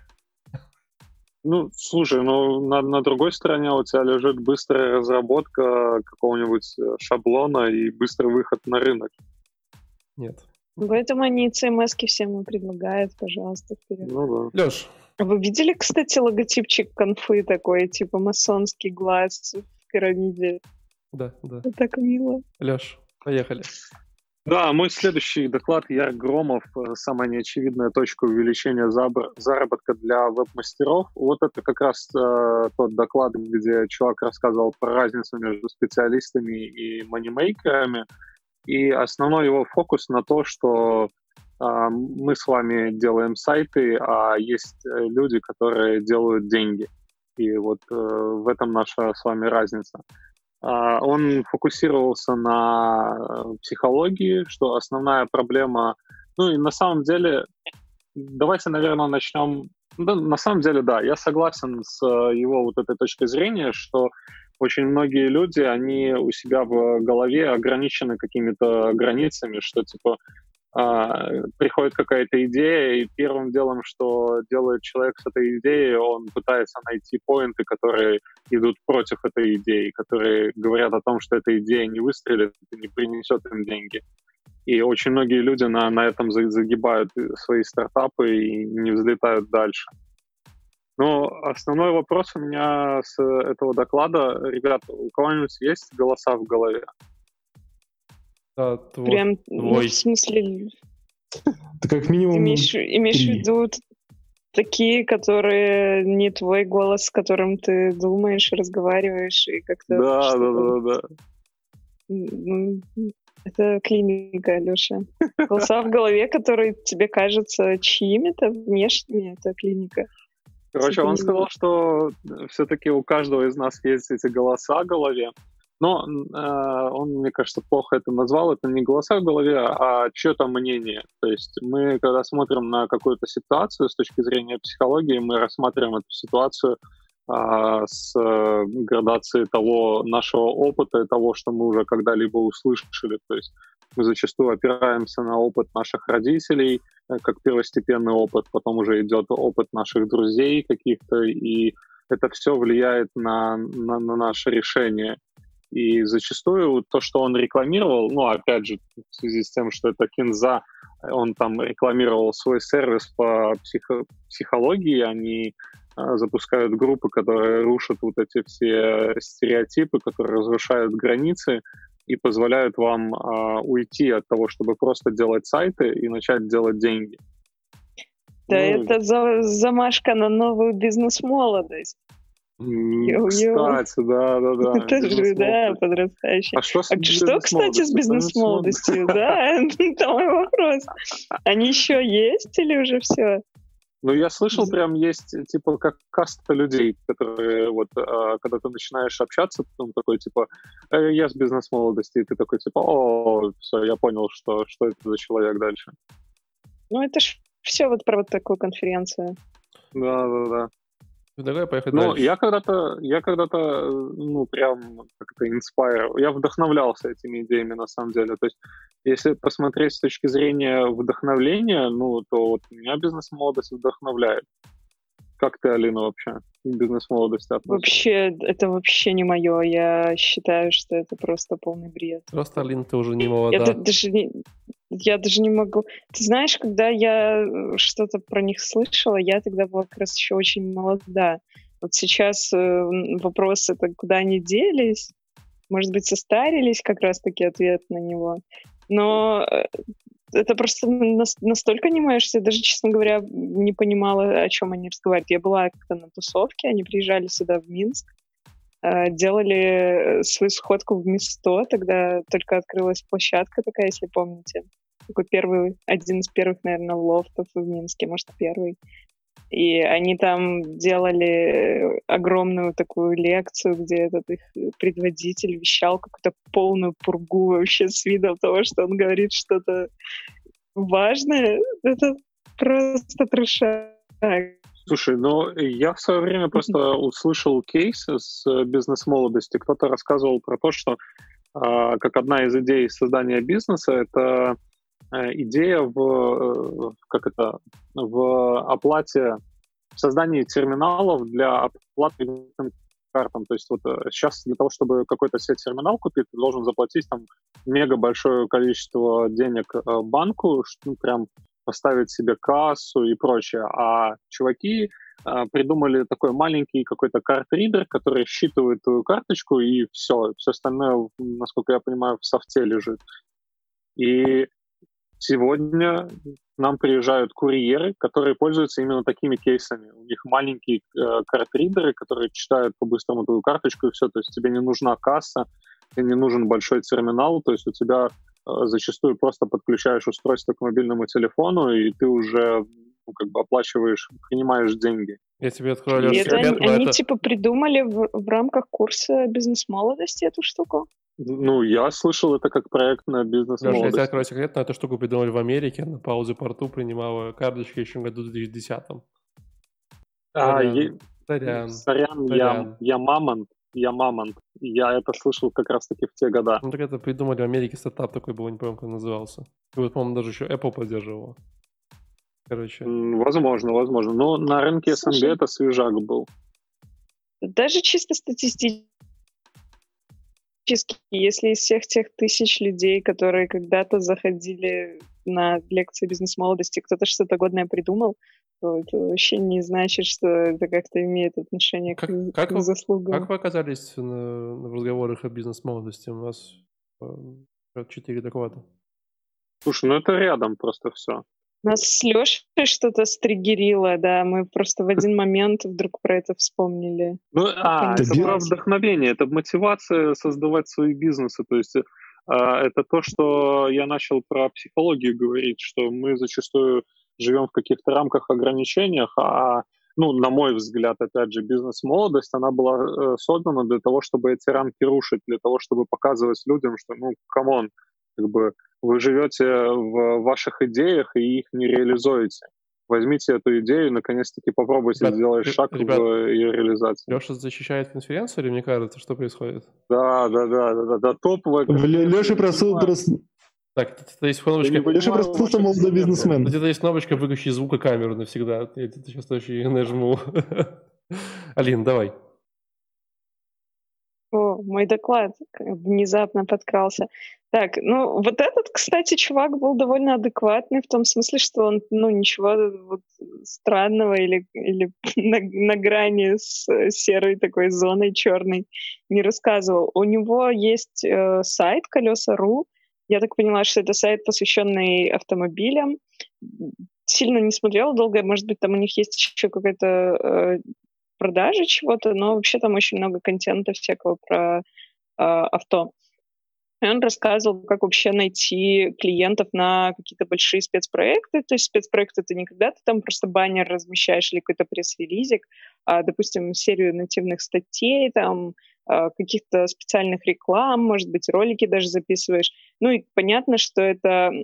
Ну, слушай, на другой стороне у тебя лежит быстрая разработка какого-нибудь шаблона и быстрый выход на рынок. Нет. Поэтому они CMS-ки всем и предлагают, пожалуйста, вперед. Ну да. Лёш. Вы видели, кстати, логотипчик конфы такой, типа масонский глаз в пирамиде? Да. Это так мило. Лёш, поехали. Да, мой следующий доклад Ярк Громов «Самая неочевидная точка увеличения заработка для веб-мастеров». Вот это как раз тот доклад, где чувак рассказывал про разницу между специалистами и манимейкерами. И основной его фокус на то, что мы с вами делаем сайты, а есть люди, которые делают деньги. И вот в этом наша с вами разница. Он фокусировался на психологии, что основная проблема... Ну и на самом деле, давайте, наверное, начнем... Да, на самом деле, да, я согласен с его вот этой точкой зрения, что очень многие люди, они у себя в голове ограничены какими-то границами, что типа приходит какая-то идея, и первым делом, что делает человек с этой идеей, он пытается найти поинты, которые идут против этой идеи, которые говорят о том, что эта идея не выстрелит и не принесет им деньги. И очень многие люди на этом загибают свои стартапы и не взлетают дальше. Но основной вопрос у меня с этого доклада, ребята, у кого-нибудь есть голоса в голове? Да, прям, ну, в смысле... Ты как минимум... Имеешь в виду такие, которые не твой голос, с которым ты думаешь, разговариваешь и как-то... Да. Это клиника, Леша. Голоса в голове, которые тебе кажутся чьими-то внешними, это клиника. Короче, он сказал, что все-таки у каждого из нас есть эти голоса в голове, но он, мне кажется, плохо это назвал. Это не голоса в голове, а чье-то мнение. То есть мы, когда смотрим на какую-то ситуацию с точки зрения психологии, мы рассматриваем эту ситуацию с градацией того нашего опыта и того, что мы уже когда-либо услышали. То есть мы зачастую опираемся на опыт наших родителей как первостепенный опыт, потом уже идет опыт наших друзей каких-то, и это все влияет на наше решение. И зачастую то, что он рекламировал, ну, опять же, в связи с тем, что это Кинза, он там рекламировал свой сервис по психологии, они запускают группы, которые рушат вот эти все стереотипы, которые разрушают границы и позволяют вам уйти от того, чтобы просто делать сайты и начать делать деньги. Да, это замашка на новую бизнес-молодость. Кстати, да. Это же, да, подрастающий. А что, кстати, с бизнес-молодостью? Да, это мой вопрос. Они еще есть или уже все? Ну, я слышал, прям есть, типа, как каста людей, которые вот, когда ты начинаешь общаться, потом такой, типа, я с бизнес-молодости, и ты такой, типа, о, все, я понял, что это за человек дальше. Ну, это ж все вот про вот такую конференцию. Да. Давай поехать дальше. Ну, я когда-то, ну, прям как-то inspire, я вдохновлялся этими идеями, на самом деле. То есть, если посмотреть с точки зрения вдохновления, ну, то вот меня бизнес-молодость вдохновляет. Как ты, Алина, вообще к бизнес-молодости относишься? Вообще, это вообще не мое. Я считаю, что это просто полный бред. Просто, Алина, ты уже не молода. Я даже не могу... Ты знаешь, когда я что-то про них слышала, я тогда была как раз еще очень молода. Вот сейчас вопрос это, куда они делись. Может быть, состарились как раз-таки ответ на него. Но это просто настолько не мое, что я даже, честно говоря, не понимала, о чем они разговаривают. Я была как-то на тусовке, они приезжали сюда, в Минск, делали свою сходку в МИС-100, тогда только открылась площадка такая, если помните. Такой один из первых, наверное, лофтов в Минске, может, первый. И они там делали огромную такую лекцию, где этот их предводитель вещал какую-то полную пургу вообще с видом того, что он говорит что-то важное. Это просто трешак. Слушай, я в свое время просто услышал кейс с бизнес-молодости. Кто-то рассказывал про то, что как одна из идей создания бизнеса — это идея в оплате, в создании терминалов для оплаты картам. То есть вот сейчас для того, чтобы какой-то себе терминал купить, ты должен заплатить там мега большое количество денег банку, прям поставить себе кассу и прочее. А чуваки придумали такой маленький какой-то карт-ридер, который считывает твою карточку, и все остальное, насколько я понимаю, в софте лежит. И сегодня к нам приезжают курьеры, которые пользуются именно такими кейсами. У них маленькие карт-ридеры, которые читают по-быстрому твою карточку, и все. То есть тебе не нужна касса, тебе не нужен большой терминал, то есть у тебя зачастую просто подключаешь устройство к мобильному телефону, и ты уже оплачиваешь, принимаешь деньги. Я тебе открою, Леша, секрет. Они типа придумали в рамках курса бизнес-молодости эту штуку? Я слышал это как проект на бизнес-молодость. Леша, я тебе открою секрет, но эту штуку придумали в Америке, на паузе порту принимала карточки еще в году 2010-м. Сорян, я мамонт. Я это слышал как раз-таки в те года. Так это придумали в Америке, стартап такой был, не помню, как он назывался. И вот, по-моему, даже еще Apple поддерживал. Короче. Возможно. Но на рынке СНГ это свежак был. Даже чисто статистически, если из всех тех тысяч людей, которые когда-то заходили на лекции бизнес-молодости, кто-то что-то годное придумал, то это вообще не значит, что это как-то имеет отношение к заслугам. Как вы оказались в разговорах о бизнес-молодости? У нас 4 доклада. Слушай, это рядом просто все. Нас с Лешей что-то стригерило, да, мы просто в один момент вдруг про это вспомнили. Это про вдохновение, это мотивация создавать свои бизнесы, то есть это то, что я начал про психологию говорить, что мы зачастую живем в каких-то рамках, ограничениях, на мой взгляд, опять же, бизнес-молодость, она была создана для того, чтобы эти рамки рушить, для того, чтобы показывать людям, что, камон, вы живете в ваших идеях и их не реализуете. Возьмите эту идею и, наконец-таки, попробуйте сделать шаг в ее реализации. Леша защищает конференцию, или мне кажется, что происходит? Да, топовая конференция. Леша просто... Так, тут есть кнопочка... Леша просто молодой бизнесмен. Где-то есть кнопочка «Выключи звук и камеру навсегда». Я сейчас тоже нажму. Алин, давай. О, мой доклад внезапно подкрался. Так, вот этот, кстати, чувак был довольно адекватный в том смысле, что он, ничего странного или на грани с серой такой зоной черной не рассказывал. У него есть сайт «Колеса.ру». Я так поняла, что это сайт, посвященный автомобилям. Сильно не смотрела долго, может быть, там у них есть еще какая-то продажа чего-то, но вообще там очень много контента всякого про авто. И он рассказывал, как вообще найти клиентов на какие-то большие спецпроекты. То есть спецпроект — это не когда ты там просто баннер размещаешь или какой-то пресс-релизик, а, допустим, серию нативных статей, там, каких-то специальных реклам, может быть, ролики даже записываешь. И понятно, что это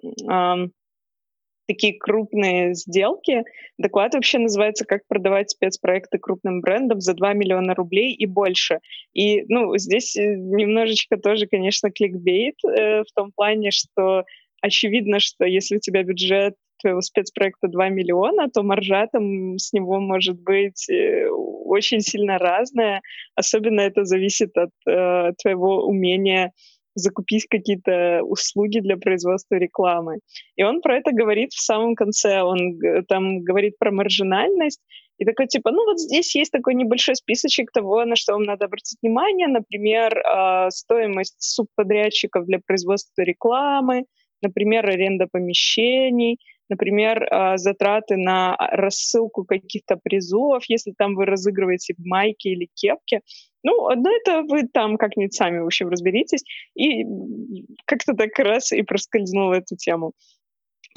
такие крупные сделки. Доклад вообще называется «Как продавать спецпроекты крупным брендам за 2 миллиона рублей и больше». И, здесь немножечко тоже, конечно, кликбейт в том плане, что очевидно, что если у тебя бюджет твоего спецпроекта 2 миллиона, то маржа там с него может быть очень сильно разная. Особенно это зависит от твоего умения закупить какие-то услуги для производства рекламы. И он про это говорит в самом конце. Он там говорит про маржинальность. И такой типа, здесь есть такой небольшой списочек того, на что вам надо обратить внимание. Например, стоимость субподрядчиков для производства рекламы, например, аренда помещений, например, затраты на рассылку каких-то призов, если там вы разыгрываете майки или кепки. Это вы там как-нибудь сами, в общем, разберитесь. И как-то так раз и проскользнула эту тему.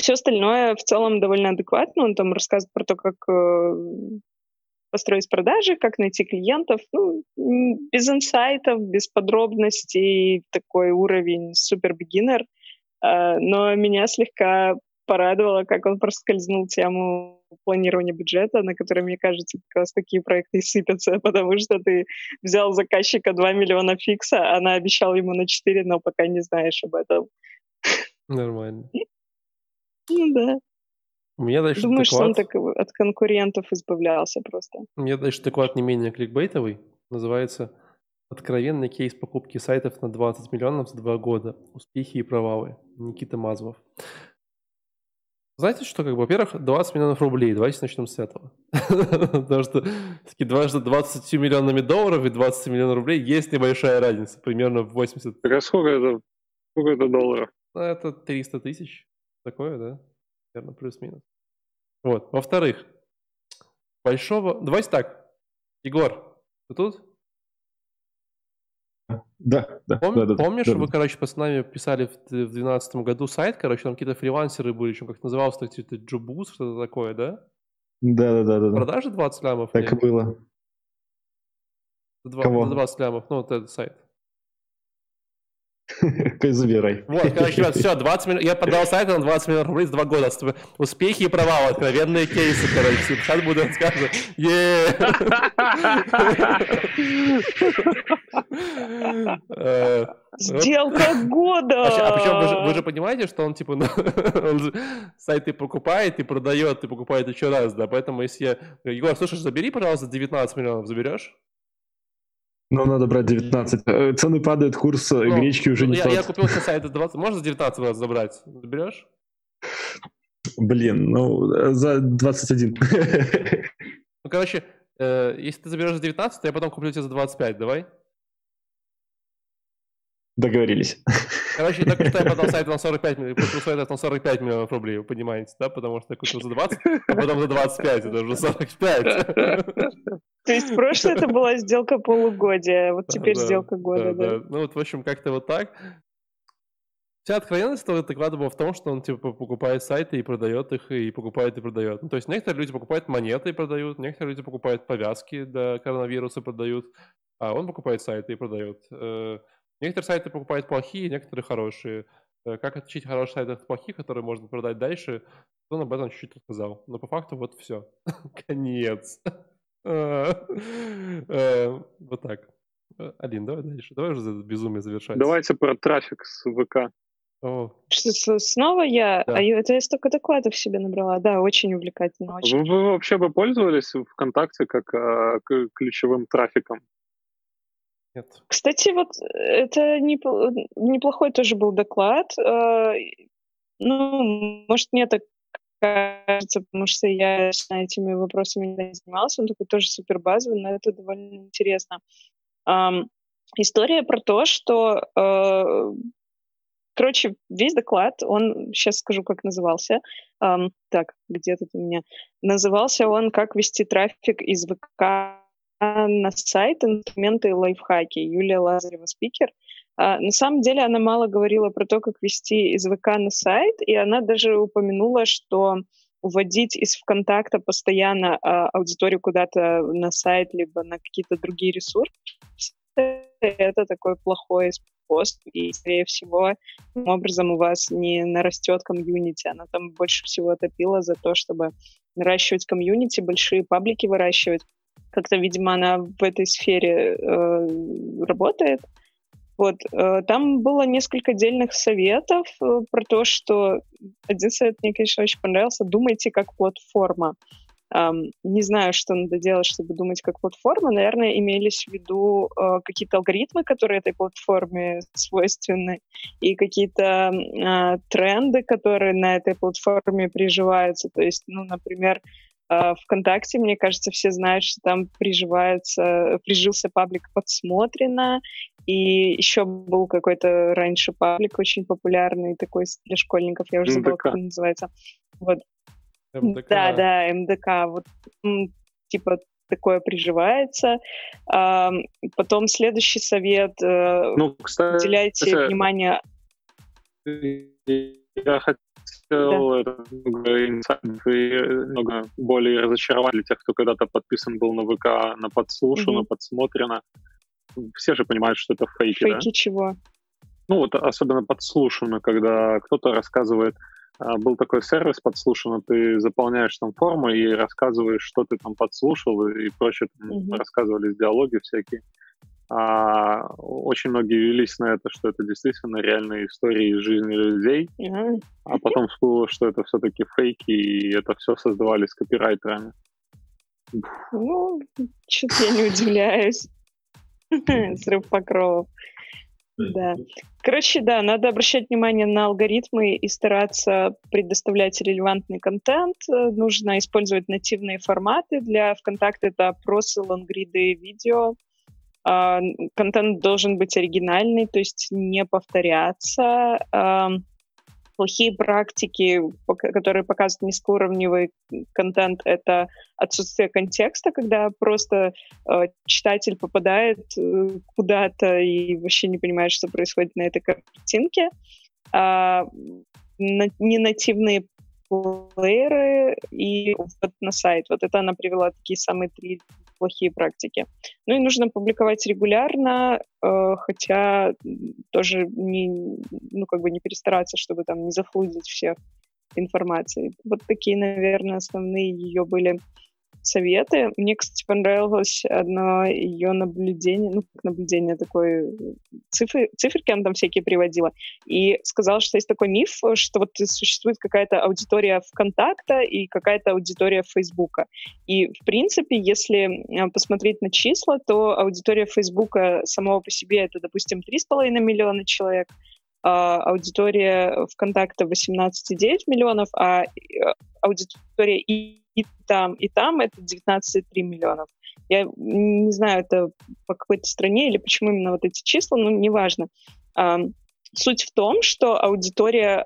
все остальное в целом довольно адекватно. Он там рассказывает про то, как построить продажи, как найти клиентов. Ну, без инсайтов, без подробностей, такой уровень супер-бигинер. Но меня слегка порадовало, как он проскользнул тему планирования бюджета, на которой, мне кажется, как раз такие проекты и сыпятся, потому что ты взял заказчика 2 миллиона фикса, она обещала ему на 4, но пока не знаешь об этом. Нормально. Ну да. У меня дальше Думаю, доклад... что он так от конкурентов избавлялся просто. У меня дальше доклад не менее кликбейтовый. Называется «Откровенный кейс покупки сайтов на 20 миллионов за 2 года. Успехи и провалы». Никита Мазлов. Знаете, что, во-первых, 20 миллионов рублей. Давайте начнем с этого. Потому что дважды 20 миллионами долларов и 20 миллионов рублей есть небольшая разница. Примерно 80... Сколько это долларов? Ну, это 300 тысяч. Такое, да? Наверное, плюс-минус. Вот. Во-вторых, Давайте так. Егор, ты тут? Да. Помнишь, вы, с нами писали в 2012 году сайт, там какие-то фрилансеры были, как это называлось, Джобуз, что-то такое, да? Да. Продажи 20 лямов? Так и было. За 20 лямов, этот сайт. Забирай. Вот, ребят, все, 20 миллионов. Я продал сайт на 20 миллионов рублей за 2 года. Успехи и провалы, откровенные кейсы, Сейчас буду рассказывать. Сделка года! А причем вы же понимаете, что он сайты покупает и продает, и покупает еще раз, да? Поэтому если Егор, слушай, забери, пожалуйста, 19 миллионов, заберешь? Но надо брать 19. Цены падают, курс гречки уже не тот. Я купил себе сайт за 20. Можно за 19 раз забрать? Заберешь? Блин, за 21. Если ты заберешь за 19, то я потом куплю тебе за 25, давай? Договорились. Только что я продал сайт на 45 миллионов рублей, вы понимаете, да? Потому что я купил за 20, а потом за 25, это уже 45. То есть в прошлое это была сделка полугодия, вот теперь сделка года, да? Ну в общем, как-то вот так. Вся откровенность этого доклада была в том, что он покупает сайты и продает их, и покупает и продает. Ну, то есть некоторые люди покупают монеты и продают, некоторые люди покупают повязки для коронавируса и продают, а он покупает сайты и продает. Некоторые сайты покупают плохие, некоторые хорошие. Как отличить хорошие сайты от плохих, которые можно продать дальше, он об этом чуть-чуть рассказал. Но по факту вот все. Конец. Вот так. Алин, давай дальше. Давай уже это безумие завершать. Давайте про трафик с ВК. Что, снова я? Да. Это я столько докладов себе набрала. Да, очень увлекательно. Очень. Вы вообще бы пользовались ВКонтакте как ключевым трафиком? Нет. Кстати, вот это неплохой тоже был доклад. Ну, может, мне так кажется, потому что я этими вопросами не занималась. Он такой тоже супер базовый, но это довольно интересно. История про то, что... Короче, весь доклад, он, сейчас скажу, как назывался. Так, где тут у меня? Назывался он «Как вести трафик из ВК на сайт, инструменты и лайфхаки». Юлия Лазарева, спикер. На самом деле она мало говорила про то, как вести из ВК на сайт, и она даже упомянула, что уводить из ВКонтакта постоянно аудиторию куда-то на сайт, либо на какие-то другие ресурсы, это такой плохой способ, и, скорее всего, таким образом у вас не нарастет комьюнити. Она там больше всего топила за то, чтобы наращивать комьюнити, большие паблики выращивать. Как-то, видимо, она в этой сфере работает. Вот. Там было несколько отдельных советов про то, что один совет мне, конечно, очень понравился. Думайте как платформа. Не знаю, что надо делать, чтобы думать как платформа. Наверное, имелись в виду какие-то алгоритмы, которые этой платформе свойственны, и какие-то тренды, которые на этой платформе приживаются. То есть, ну, например, ВКонтакте, мне кажется, все знают, что там прижился паблик «Подсмотрено», и еще был какой-то раньше паблик очень популярный, такой для школьников, я уже забыла, как он называется. Вот. МДК. Да, МДК. Вот, типа, такое приживается. Потом следующий совет. Кстати, уделяйте внимание... Я хотел это много инсайдов и много более разочарования для тех, кто когда-то подписан был на ВК, на подслушано, подсмотрено. Все же понимают, что это фейки, да? Фейки чего? Ну, вот особенно подслушано, когда кто-то рассказывает, был такой сервис подслушано, ты заполняешь там форму и рассказываешь, что ты там подслушал и прочее, рассказывались диалоги всякие. Очень многие велись на это, что это действительно реальные истории из жизни людей, а потом всплыло, что это все-таки фейки, и это все создавались копирайтерами. Ну, что-то я не удивляюсь. Срыв покровов. Да. Короче, да, надо обращать внимание на алгоритмы и стараться предоставлять релевантный контент. Нужно использовать нативные форматы. Для ВКонтакте это опросы, лонгриды, видео. Контент должен быть оригинальный, то есть не повторяться. Плохие практики, которые показывают низкоуровневый контент, это отсутствие контекста, когда просто читатель попадает куда-то и вообще не понимает, что происходит на этой картинке. Ненативные плееры и ввод на сайт. Вот это она привела такие самые 3 плохие практики. Ну и нужно публиковать регулярно, хотя тоже не перестараться, чтобы там не зафлудить всех информацией. Вот такие, наверное, основные ее были советы. Мне, кстати, понравилось одно ее наблюдение, наблюдение такое, циферки она там всякие приводила, и сказала, что есть такой миф, что вот существует какая-то аудитория ВКонтакта и какая-то аудитория Фейсбука. И, в принципе, если посмотреть на числа, то аудитория Фейсбука самого по себе это, допустим, 3,5 миллиона человек, аудитория ВКонтакта 18,9 миллионов, а аудитория и там это 19,3 миллионов. Я не знаю, это по какой-то стране или почему именно вот эти числа, но неважно. Суть в том, что аудитория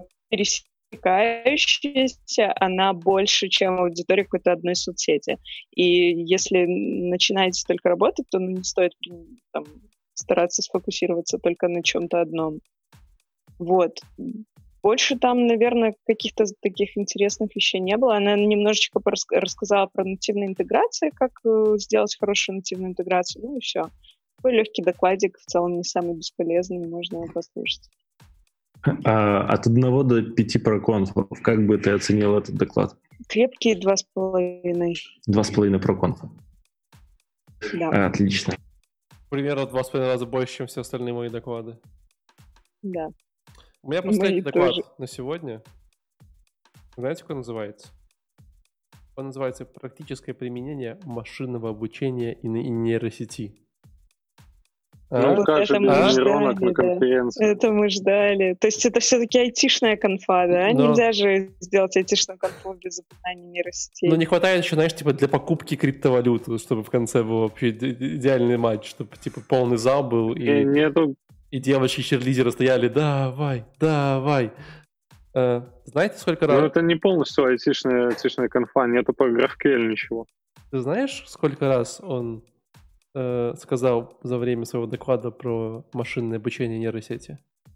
пересекающаяся, она больше, чем аудитория какой-то одной соцсети. И если начинаете только работать, то не стоит стараться сфокусироваться только на чем-то одном. Вот. Больше там, наверное, каких-то таких интересных вещей не было. Она немножечко рассказала про нативные интеграции, как сделать хорошую нативную интеграцию, ну и все. Такой легкий докладик, в целом не самый бесполезный, можно его послушать. От 1 до 5 про конфов, как бы ты оценил этот доклад? Крепкие 2,5. 2,5 про конфа. Да. Отлично. Примерно 2,5 раза больше, чем все остальные мои доклады. Да. У меня последний доклад на сегодня. Знаете, как он называется? Он называется «Практическое применение машинного обучения и нейросети». Вот это мы ждали, на конференции. Это мы ждали. То есть это все-таки айтишная конфа, да? Но... Нельзя же сделать айтишную конфу без упоминания нейросетей. Но не хватает еще, знаешь, типа для покупки криптовалюты, чтобы в конце был вообще идеальный матч, чтобы типа полный зал был и девочки-черлидеры стояли «давай, давай». Знаете, сколько раз... Ну, это не полностью айтишная конфа, нету по GraphQL ничего. Ты знаешь, сколько раз он сказал за время своего доклада про машинное обучение нейросети?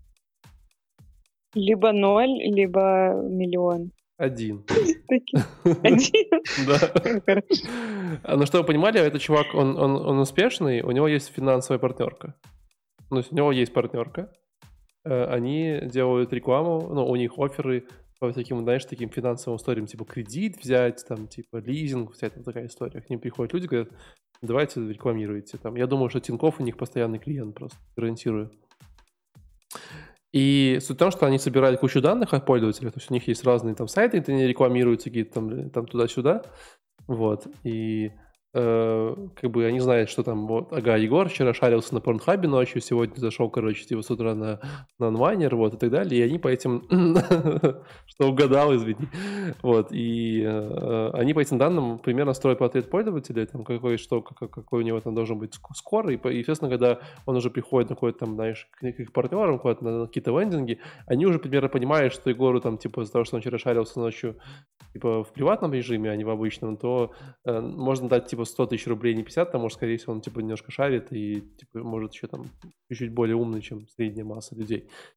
Либо 0, либо 1 000 000. 1? Да. Ну, что вы понимали, этот чувак, он успешный, у него есть финансовая партнерка. То есть у него есть партнерка. Они делают рекламу, ну, у них офферы по всяким, знаешь, таким финансовым историям, типа кредит взять, там, типа лизинг, вся эта такая история. К ним приходят люди, говорят, давайте рекламируйте. Там, я думаю, что Тинькофф у них постоянный клиент просто, гарантирую. И суть в том, что они собирают кучу данных от пользователей, то есть у них есть разные там сайты, где они рекламируются, какие-то там туда-сюда, вот, и как бы они знают, что там, вот, ага, Егор вчера шарился на Порнхабе ночью, сегодня зашел, короче, типа с утра на онлайнер, вот, и так далее, и они по этим, что угадал, извини, вот, и они по этим данным примерно строят портрет пользователя, там, какой у него там должен быть скор, и, естественно, когда он уже приходит на какой-то там, знаешь, к их партнерам, куда-то на какие-то лендинги, они уже примерно понимают, что Егору там, типа, из-за того, что он вчера шарился ночью, типа, в приватном режиме, а не в обычном, то можно дать, типа, 100 тысяч рублей, не 50, потому что, скорее всего, он, типа, немножко шарит и, типа, может еще там чуть-чуть более умный, чем средняя масса людей.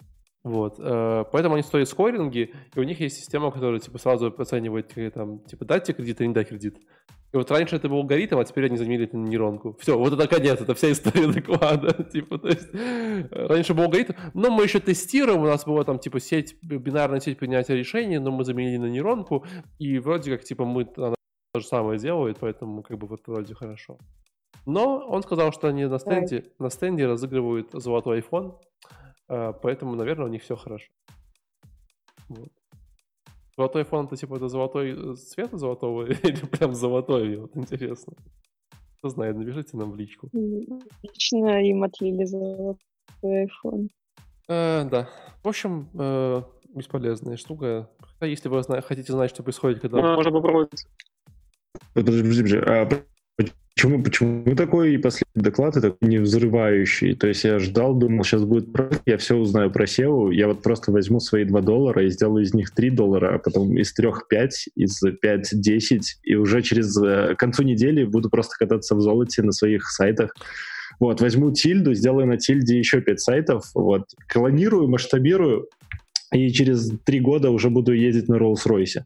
Вот. Поэтому они стоят скоринги, и у них есть система, которая типа сразу оценивает, там, типа, дать тебе кредит или не дать кредит. И вот раньше это был алгоритм, а теперь они заменили это на нейронку. Все, вот это конец, это вся история доклада. Типа, то есть, раньше был алгоритм, но мы еще тестируем, у нас была там типа бинарная сеть принятия решений, но мы заменили на нейронку, и вроде как типа она то же самое делает, поэтому как бы вот вроде хорошо. Но он сказал, что они на стенде разыгрывают золотой iPhone, поэтому, наверное, у них все хорошо. Вот. Золотой iPhone, это типа это золотой цвета золотого или прям золотой? Мне вот интересно. Кто знает, напишите нам в личку. Лично им отлили золотой iPhone. Да. В общем, бесполезная штука. Если вы хотите знать, что происходит, когда... Можно попробовать. Подожди. Почему такой последний доклад и такой не взрывающий? То есть я ждал, думал, сейчас будет я все узнаю про SEO, я вот просто возьму свои $2 и сделаю из них $3, а потом из 3 5, из 5 10, и уже к концу недели буду просто кататься в золоте на своих сайтах. Вот, возьму тильду, сделаю на тильде еще 5 сайтов, вот, клонирую, масштабирую, и через 3 года уже буду ездить на Rolls-Royce.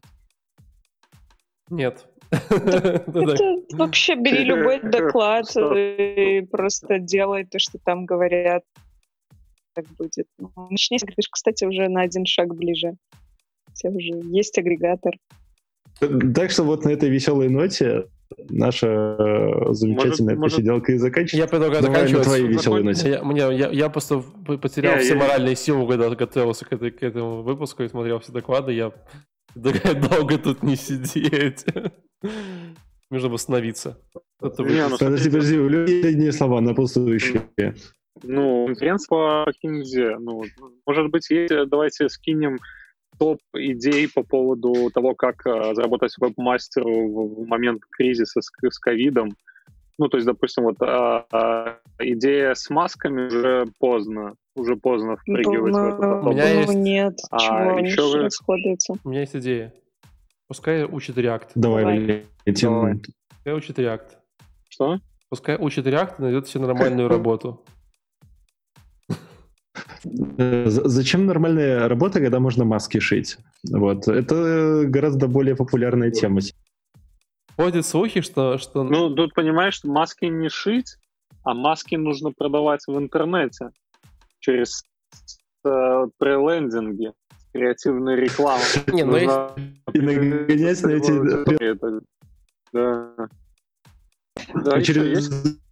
Нет. Это вообще бери любой доклад и просто делай то, что там говорят. Так будет. Начни, кстати, уже на один шаг ближе. У тебя уже есть агрегатор. Так что вот на этой веселой ноте наша замечательная посиделка и заканчивается. Я предлагаю заканчивать на твоей веселой ноте. Я просто потерял все моральные силы, когда готовился к этому выпуску и смотрел все доклады. Я долго тут не сидеть. Нужно восстановиться. Подожди, у людей одни слова напутствующие. Конференция по Кинзе. Может быть, давайте скинем топ идей по поводу того, как заработать веб-мастеру в момент кризиса с ковидом. То есть, допустим, вот идея с масками уже поздно впрыгивать в этот вопрос. Нет, чего они еще расходуются. У меня есть идея. Пускай учит React. Давай. Пускай учит React. Что? Пускай учит React и найдет себе нормальную работу. Зачем нормальная работа, когда можно маски шить? Вот. Это гораздо более популярная тема. Ходят слухи, что... тут, понимаешь, маски не шить, а маски нужно продавать в интернете через прелендинги, креативную рекламу. Не, ну есть... И нагонять на эти... Да, через...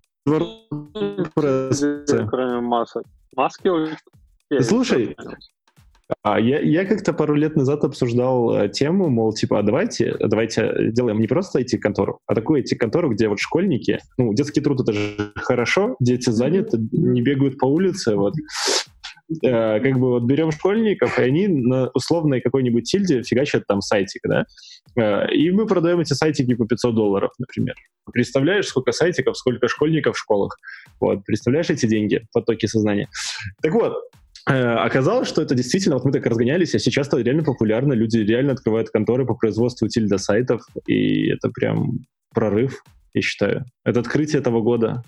Кроме масок. Маски... Слушай, я как-то пару лет назад обсуждал тему, мол, типа, давайте делаем не просто IT-контору, а такую IT-контору, где вот школьники, детский труд — это же хорошо, дети заняты, не бегают по улице, вот. Как бы вот берем школьников, и они на условной какой-нибудь тильде фигачат там сайтик, да, и мы продаем эти сайтики по $500, например. Представляешь, сколько сайтиков, сколько школьников в школах? Вот, представляешь эти деньги, потоки сознания? Так вот, оказалось, что это действительно, вот мы так разгонялись, а сейчас это реально популярно, люди реально открывают конторы по производству тильда-сайтов, и это прям прорыв, я считаю. Это открытие этого года.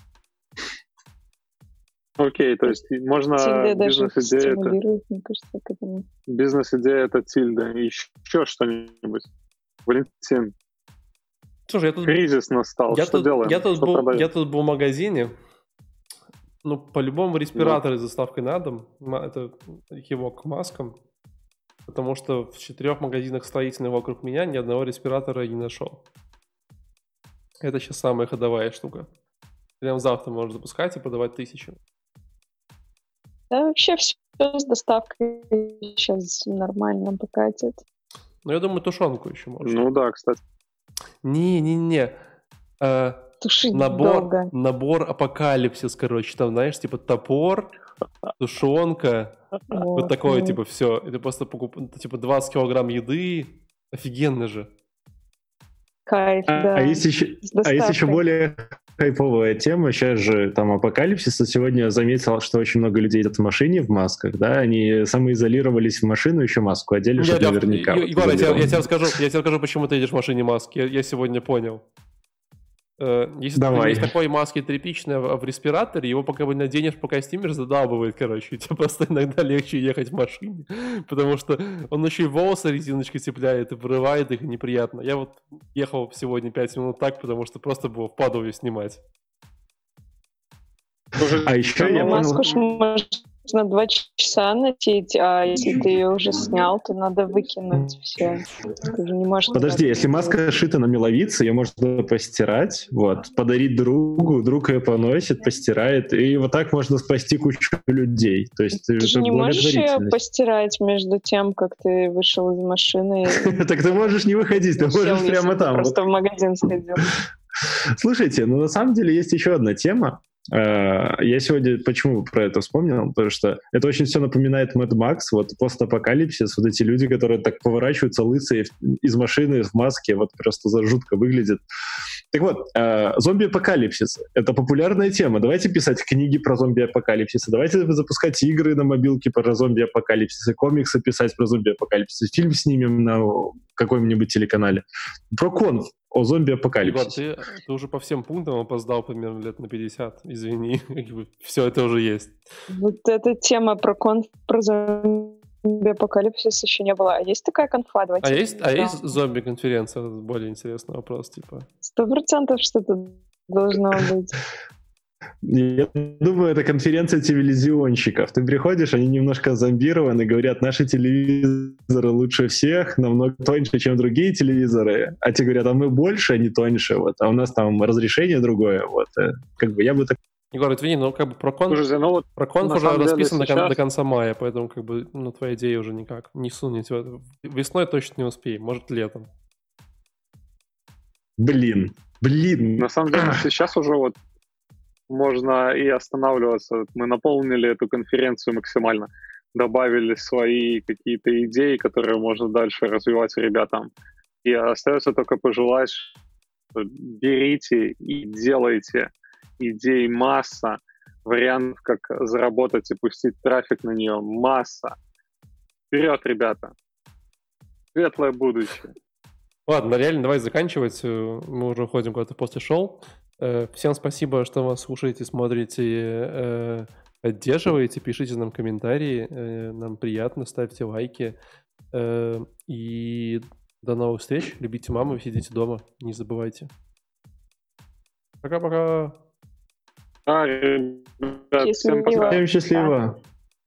Окей, то есть можно бизнес-идея это тильда. И еще что-нибудь. Валентин. Слушай, кризис настал. Что делаем? Я тут был в магазине. По-любому респираторы с доставкой на дом. Это кивок к маскам. Потому что в 4 магазинах строительных вокруг меня ни одного респиратора не нашел. Это сейчас самая ходовая штука. Прям завтра можно запускать и продавать 1000. Да, вообще все с доставкой сейчас нормально покатит. Я думаю, тушенку еще можно. Да, кстати. Не. Тушить долго. Набор апокалипсис, короче. Там, знаешь, типа топор, тушенка. Вот такое, типа, все. И ты просто покупаешь, типа, 20 килограмм еды. Офигенно же. Кайф, да. А есть еще более хайповая тема. Сейчас же там апокалипсис. Сегодня заметил, что очень много людей едут в машине в масках, да? Они самоизолировались в машину, еще маску одели, чтобы наверняка. Егор, я тебе расскажу, почему ты едешь в машине в маске. Я сегодня понял. Если ты есть такой маски тряпичной в респираторе, его пока вы наденешь, пока стимер задалбывает, короче. И тебе просто иногда легче ехать в машине, потому что он еще и волосы резиночкой цепляет и вырывает их, неприятно. Я вот ехал сегодня 5 минут так, потому что просто было впадло ее снимать. А еще я понял... Можно 2 часа носить, а если ты ее уже снял, то надо выкинуть все. Ты уже не можешь... Подожди, если маска шита на меловице, ее можно постирать, вот, подарить другу, друг ее поносит, постирает, и вот так можно спасти кучу людей. То есть ты же не можешь ее постирать между тем, как ты вышел из машины. Так ты можешь не выходить, ты можешь прямо там. Просто в магазин сходил. Слушайте, ну на самом деле есть еще одна тема. Я сегодня почему про это вспомнил? Потому что это очень все напоминает Mad Max, вот постапокалипсис, вот эти люди, которые так поворачиваются лысые из машины в маске, вот просто жутко выглядит. Так вот, зомби-апокалипсис — это популярная тема. Давайте писать книги про зомби-апокалипсис, давайте запускать игры на мобилке про зомби-апокалипсис, комиксы писать про зомби-апокалипсис, фильм снимем на каком-нибудь телеканале. Про конф о зомби-апокалипсисе. Егор, ты уже по всем пунктам опоздал примерно лет на 50, извини. Все это уже есть. Вот эта тема про зомби-апокалипсис еще не была. А есть такая конфа? А есть зомби-конференция? Более интересный вопрос, типа. 100% что-то должно быть. Я думаю, это конференция телевизионщиков. Ты приходишь, они немножко зомбированы, говорят, наши телевизоры лучше всех, намного тоньше, чем другие телевизоры. А те говорят, а мы больше, а не тоньше, вот. А у нас там разрешение другое, вот. Как бы я бы так... Егор, извини, но как бы про конф уже расписан до конца мая, поэтому как бы, твоя идея уже никак не сунет. Весной точно не успеем, может, летом. Блин. На самом деле сейчас уже вот можно и останавливаться. Мы наполнили эту конференцию максимально, добавили свои какие-то идеи, которые можно дальше развивать ребятам. И остается только пожелать, что берите и делайте. Идей масса, вариантов, как заработать и пустить трафик на нее масса. Вперед, ребята! Светлое будущее! Ладно, реально, давай заканчивать. Мы уже уходим куда-то после шоу. Всем спасибо, что вас слушаете, смотрите, поддерживаете, пишите нам комментарии. Нам приятно, ставьте лайки. И до новых встреч. Любите маму, сидите дома. Не забывайте. Пока-пока. Ребят, всем пока. Всем счастливо.